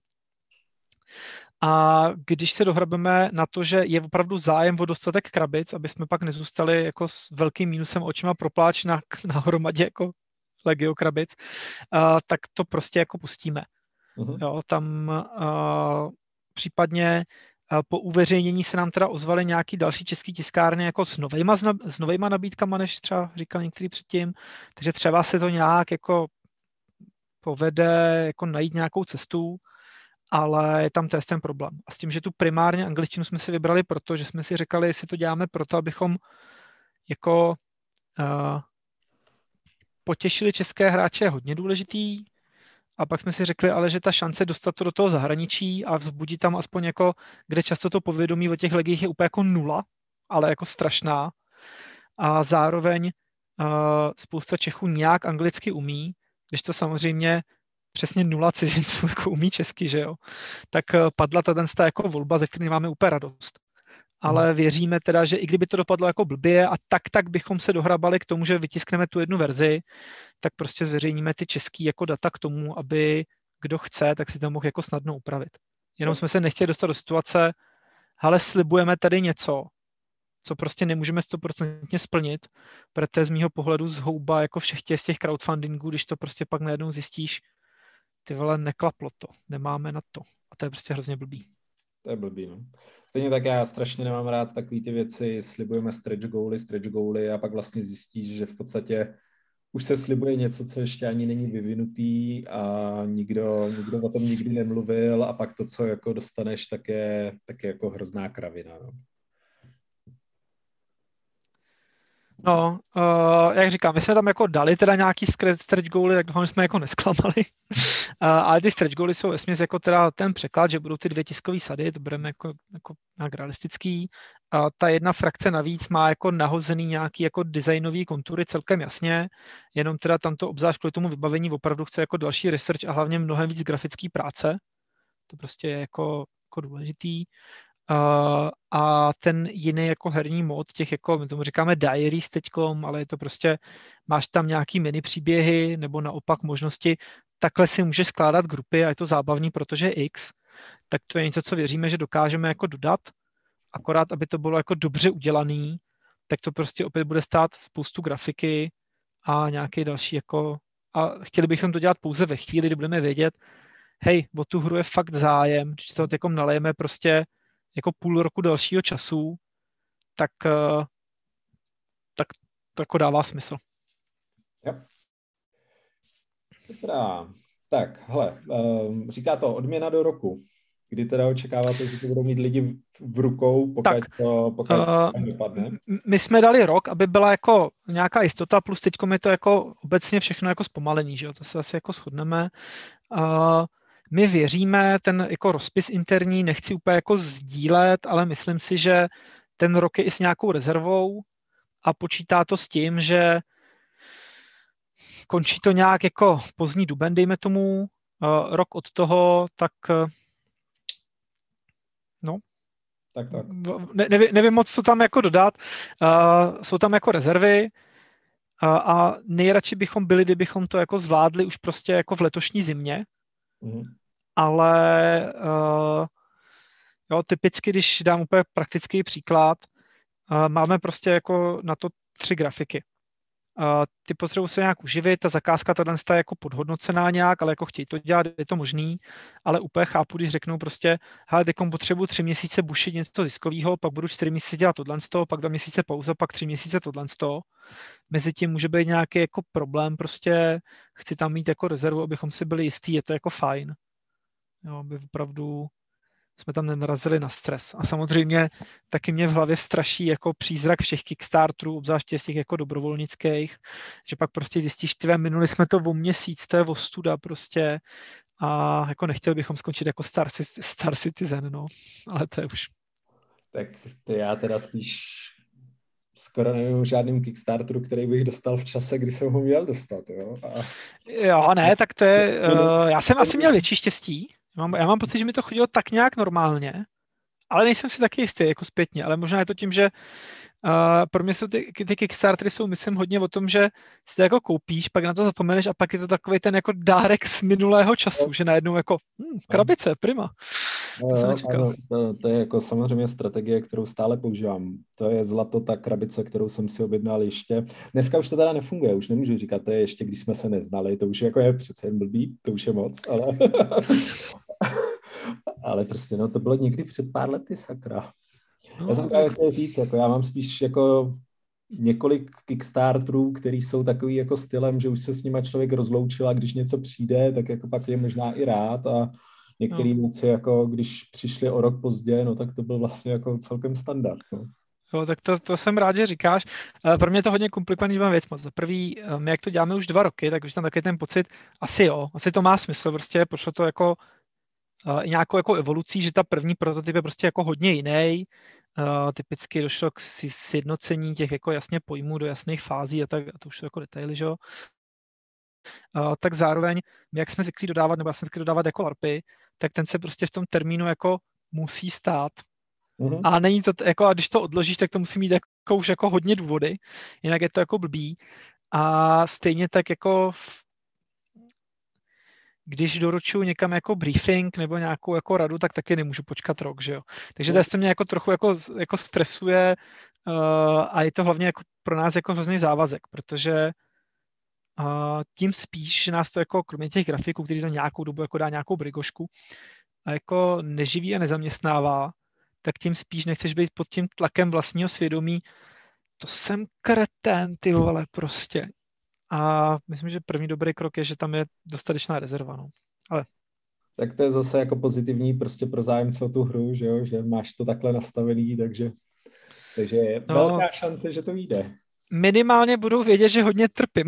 A když se dohrabeme na to, že je opravdu zájem o dostatek krabic, aby jsme pak nezůstali jako s velkým mínusem očima propláč na hromadě jako legio krabic, tak to prostě jako pustíme. Jo, tam případně po uveřejnění se nám teda ozvaly nějaký další český tiskárny jako s novejma nabídkama, než třeba říkal některý předtím, takže třeba se to nějak jako povede jako najít nějakou cestu, ale je tam ten problém. A s tím, že tu primárně angličtinu jsme si vybrali proto, že jsme si říkali, jestli to děláme proto, abychom jako potěšili české hráče je hodně důležitý. A pak jsme si řekli, ale že ta šance dostat to do toho zahraničí a vzbudit tam aspoň jako, kde často to povědomí o těch legiích je úplně jako nula, ale jako strašná. A zároveň spousta Čechů nějak anglicky umí, když to samozřejmě přesně nula cizinců jako umí česky, že jo. Tak padla ta jako volba, ze které máme úplně radost. Ale věříme teda, že i kdyby to dopadlo jako blbě a tak bychom se dohrabali k tomu, že vytiskneme tu jednu verzi, tak prostě zveřejníme ty český jako data k tomu, aby kdo chce, tak si to mohl jako snadno upravit. Jenom jsme se nechtěli dostat do situace, ale slibujeme tady něco, co prostě nemůžeme 100% splnit, protože z mýho pohledu zhouba jako všech těch crowdfundingů, když to prostě pak najednou zjistíš, ty vole, neklaplo to, nemáme na to. A to je prostě hrozně blbý. To je blbý, no. Stejně tak já strašně nemám rád takové ty věci, slibujeme stretch goaly a pak vlastně zjistíš, že v podstatě už se slibuje něco, co ještě ani není vyvinutý a nikdo o tom nikdy nemluvil a pak to, co jako dostaneš, tak je jako hrozná kravina. No. No, jak říkám, my jsme tam jako dali teda nějaký stretch goaly, tak doufám, že jsme jako nesklamali. Ale ty stretch goaly jsou vesměs jako teda ten překlad, že budou ty 2 tiskové sady, to budeme jako nějak realistický. A ta jedna frakce navíc má jako nahozený nějaký jako designový kontury celkem jasně, jenom teda tamto obzvlášť kvůli tomu vybavení opravdu chce jako další research a hlavně mnohem víc grafický práce. To prostě je jako důležitý. A ten jiný jako herní mod, těch jako, my tomu říkáme diaries teďkom, ale je to prostě, máš tam nějaký mini příběhy nebo naopak možnosti, takhle si můžeš skládat grupy a je to zábavný, protože je X, tak to je něco, co věříme, že dokážeme jako dodat, akorát, aby to bylo jako dobře udělaný, tak to prostě opět bude stát spoustu grafiky a nějaký další jako, a chtěli bychom to dělat pouze ve chvíli, kdy budeme vědět, hej, o tu hru je fakt zájem, když to jako nalejeme prostě jako půl roku dalšího času, tak to jako dává smysl. Yep. Dobrá. Tak, hele, říká to odměna do roku. Kdy teda očekáváte, že to budou mít lidi v rukou, pokud to dopadne? My jsme dali rok, aby byla jako nějaká jistota, plus teď je to jako obecně všechno jako zpomalení, že jo? To se asi jako shodneme. My věříme, ten jako rozpis interní nechci úplně jako sdílet, ale myslím si, že ten rok je i s nějakou rezervou a počítá to s tím, že končí to nějak jako pozdní duben, dejme tomu, rok od toho, tak no. Tak. Nevím moc, co tam jako dodat. Jsou tam jako rezervy a nejradši bychom byli, kdybychom to jako zvládli už prostě jako v letošní zimě. Ale jo, typicky, když dám úplně praktický příklad, máme prostě jako na to 3 grafiky. Ty potřebují se nějak uživit, ta zakázka tato je jako podhodnocená nějak, ale jako chtějí to dělat, je to možný, ale úplně chápu, když řeknou prostě, hele, teďkom potřebuji 3 měsíce bušit něco ziskového, pak budu 4 měsíce dělat tohle, pak 2 měsíce pauza, pak 3 měsíce tohle. Mezi tím může být nějaký jako problém, prostě chci tam mít jako rezervu, abychom si byli jistí, je to jako fajn. Jo, aby opravdu jsme tam nenarazili na stres. A samozřejmě taky mě v hlavě straší jako přízrak všech Kickstarterů, obzvláště z těch jako dobrovolnických, že pak prostě zjistíš, minuli jsme to o měsíc, to je ostuda prostě a jako nechtěli bychom skončit jako Star Citizen, no, ale to je už. Tak to já teda spíš skoro nevím o žádným Kickstarteru, který bych dostal v čase, kdy jsem ho měl dostat, jo. Jo, ne, tak to je, já jsem asi měl větší štěstí. Já mám pocit, že mi to chodilo tak nějak normálně, ale nejsem si taky jistý, jako zpětně, ale možná je to tím, že pro mě jsou ty Kickstartery jsou, myslím, hodně o tom, že si to jako koupíš, pak na to zapomeneš a pak je to takový ten jako dárek z minulého času, že najednou jako krabice, prima. To jsem nečekal. To je jako samozřejmě strategie, kterou stále používám. To je zlato, ta krabice, kterou jsem si objednal ještě. Dneska už to teda nefunguje, už nemůžu říkat, to je ještě, když jsme se neznali, to už jako je přece jen blbý, to už je moc, ale... ale prostě, no, to bylo někdy před pár lety, sakra. Já jsem právě chtěl říct, jako já mám spíš jako několik Kickstarterů, který jsou takový jako stylem, že už se s nima člověk rozloučil a když něco přijde, tak jako pak je možná i rád a některé věci, jako když přišly o rok pozdě, no tak to byl vlastně jako celkem standard. No. Jo, tak to jsem rád, že říkáš. Pro mě je to hodně komplikovaný věc moc. Za prvý, my jak to děláme už 2 roky, tak už tam taky ten pocit, asi to má smysl, prostě prošlo to jako i nějakou jako evolucí, že ta první prototyp je prostě jako hodně jiný. Typicky došlo k sjednocení těch jako jasně pojmů do jasných fází a tak, a to už jsou jako detaily, že jo. Tak zároveň, my jak jsme zvyklí dodávat, nebo já jsem zvyklý dodávat jako LARPy, tak ten se prostě v tom termínu jako musí stát. A není to, jako, a když to odložíš, tak to musí mít jako už jako hodně důvody, jinak je to jako blbý. A stejně tak jako když doručuju někam jako briefing nebo nějakou jako radu, tak taky nemůžu počkat rok, že jo. Takže to mě jako trochu jako stresuje a je to hlavně jako pro nás jako hrozný závazek, protože tím spíš, že nás to jako kromě těch grafiků, který to nějakou dobu jako dá nějakou brigošku a jako neživí a nezaměstnává, tak tím spíš nechceš být pod tím tlakem vlastního svědomí. To jsem kretén, ty vole, prostě. A myslím, že první dobrý krok je, že tam je dostatečná rezerva, no. Ale tak to je zase jako pozitivní prostě pro zájemce o tu hru, že jo, že máš to takhle nastavený, takže je velká šance, že to vyjde. Minimálně budou vědět, že hodně trpím,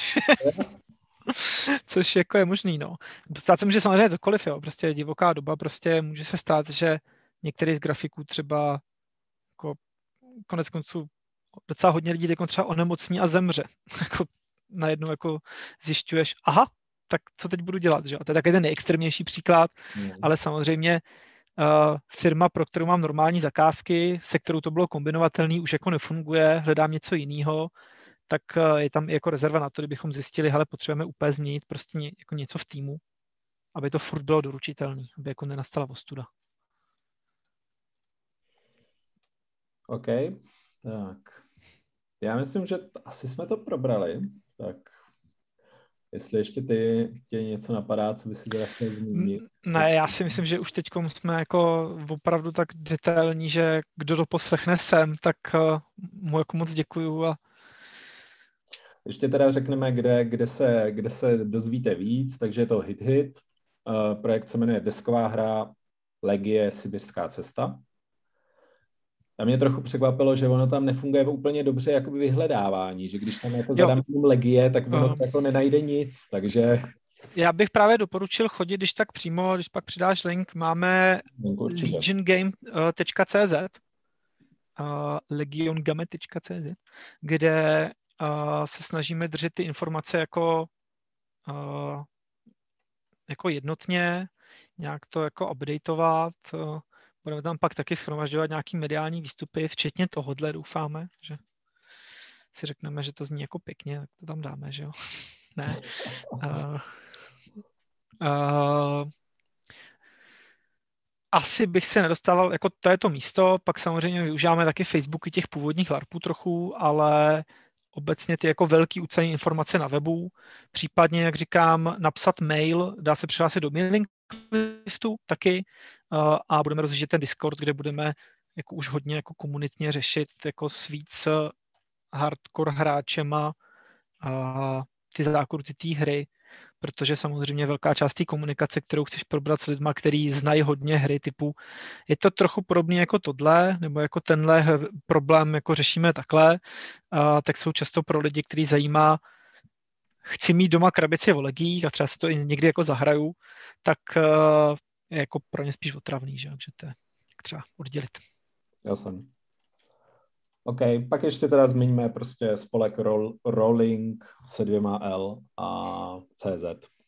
což jako je možný, no. Stát se může samozřejmě cokoliv, jo, prostě divoká doba, prostě může se stát, že některý z grafiků třeba jako konec konců docela hodně lidí jako třeba onemocní a zemře. Jako najednou jako zjišťuješ, aha, tak co teď budu dělat, že? A to je taky ten nejextrémnější příklad, ale samozřejmě firma, pro kterou mám normální zakázky, se kterou to bylo kombinovatelný, už jako nefunguje, hledám něco jiného, tak je tam jako rezerva na to, kdybychom zjistili, hele, potřebujeme úplně změnit prostě jako něco v týmu, aby to furt bylo doručitelné, aby jako nenastala ostuda. OK, tak. Já myslím, že asi jsme to probrali, tak jestli ještě tě něco napadá, co by si teda chtěl zmínit. Ne, já si myslím, že už teď jsme jako opravdu tak detailní, že kdo to poslechne sem, tak mu jako moc děkuju. A ještě teda řekneme, kde se dozvíte víc, takže je to Hit. Projekt se jmenuje desková hra Legie Sibiřská cesta. A mě trochu překvapilo, že ono tam nefunguje úplně dobře jakoby vyhledávání, že když tam jako zadám Legie, tak ono jako nenajde nic, takže... Já bych právě doporučil chodit, když tak přímo, když pak přidáš link, máme legiongame.cz legiongame.cz, kde se snažíme držet ty informace jako jednotně, nějak to jako updateovat. Budeme tam pak taky shromažďovat nějaký mediální výstupy, včetně tohodle, doufáme, že si řekneme, že to zní jako pěkně, tak to tam dáme, že jo? Ne. Asi bych se nedostával, jako to je to místo, pak samozřejmě využíváme taky Facebooky těch původních LARPů trochu, ale obecně ty jako velký ucelené informace na webu, případně, jak říkám, napsat mail, dá se přihlásit do mailing listu taky a budeme rozjíždět ten Discord, kde budeme jako už hodně jako komunitně řešit jako s víc hardcore hráčema ty zákulisí té hry, protože samozřejmě velká část té komunikace, kterou chceš probrat s lidma, který znají hodně hry typu, je to trochu podobné jako tohle, nebo jako tenhle problém jako řešíme takhle, tak jsou často pro lidi, který zajímá, chci mít doma krabici o legiích a třeba si to i někdy jako zahraju, tak je jako pro ně spíš otravný, že to je třeba oddělit. Jasně. OK, pak ještě teda zmiňme prostě spolek Rolling se 2 L a CZ.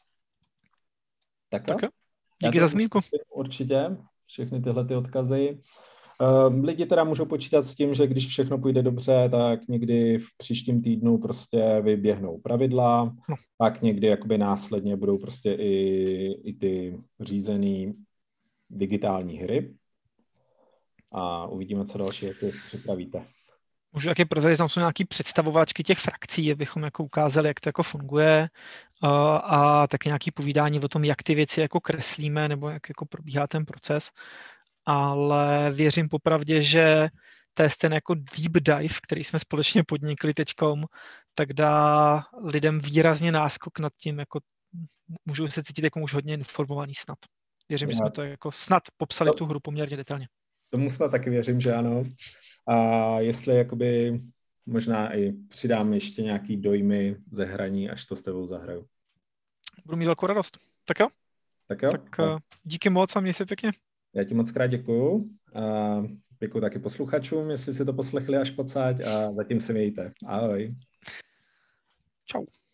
Tak jo? Díky za zmínku. Určitě, všechny tyhle ty odkazy. Lidi teda můžou počítat s tím, že když všechno půjde dobře, tak někdy v příštím týdnu prostě vyběhnou pravidla, pak někdy jakoby následně budou prostě i ty řízený digitální hry a uvidíme, co další si připravíte. Můžu taky prozradit, tam jsou nějaký představováčky těch frakcí, abychom jako ukázali, jak to jako funguje a taky nějaké povídání o tom, jak ty věci jako kreslíme nebo jak jako probíhá ten proces. Ale věřím popravdě, že to je ten jako deep dive, který jsme společně podnikli teďkom, tak dá lidem výrazně náskok nad tím, jako můžou se cítit jako už hodně informovaný snad. Věřím, že jsme to jako snad popsali tu hru poměrně detailně. Tomu snad taky věřím, že ano. A jestli jakoby možná i přidám ještě nějaký dojmy ze hraní, až to s tebou zahraju. Budu mít velkou radost. Tak jo? Tak jo? Tak díky moc a měj se pěkně. Já ti moc krát děkuju. A děkuju taky posluchačům, jestli si to poslechli až pocať a zatím se mějte. Ahoj. Čau.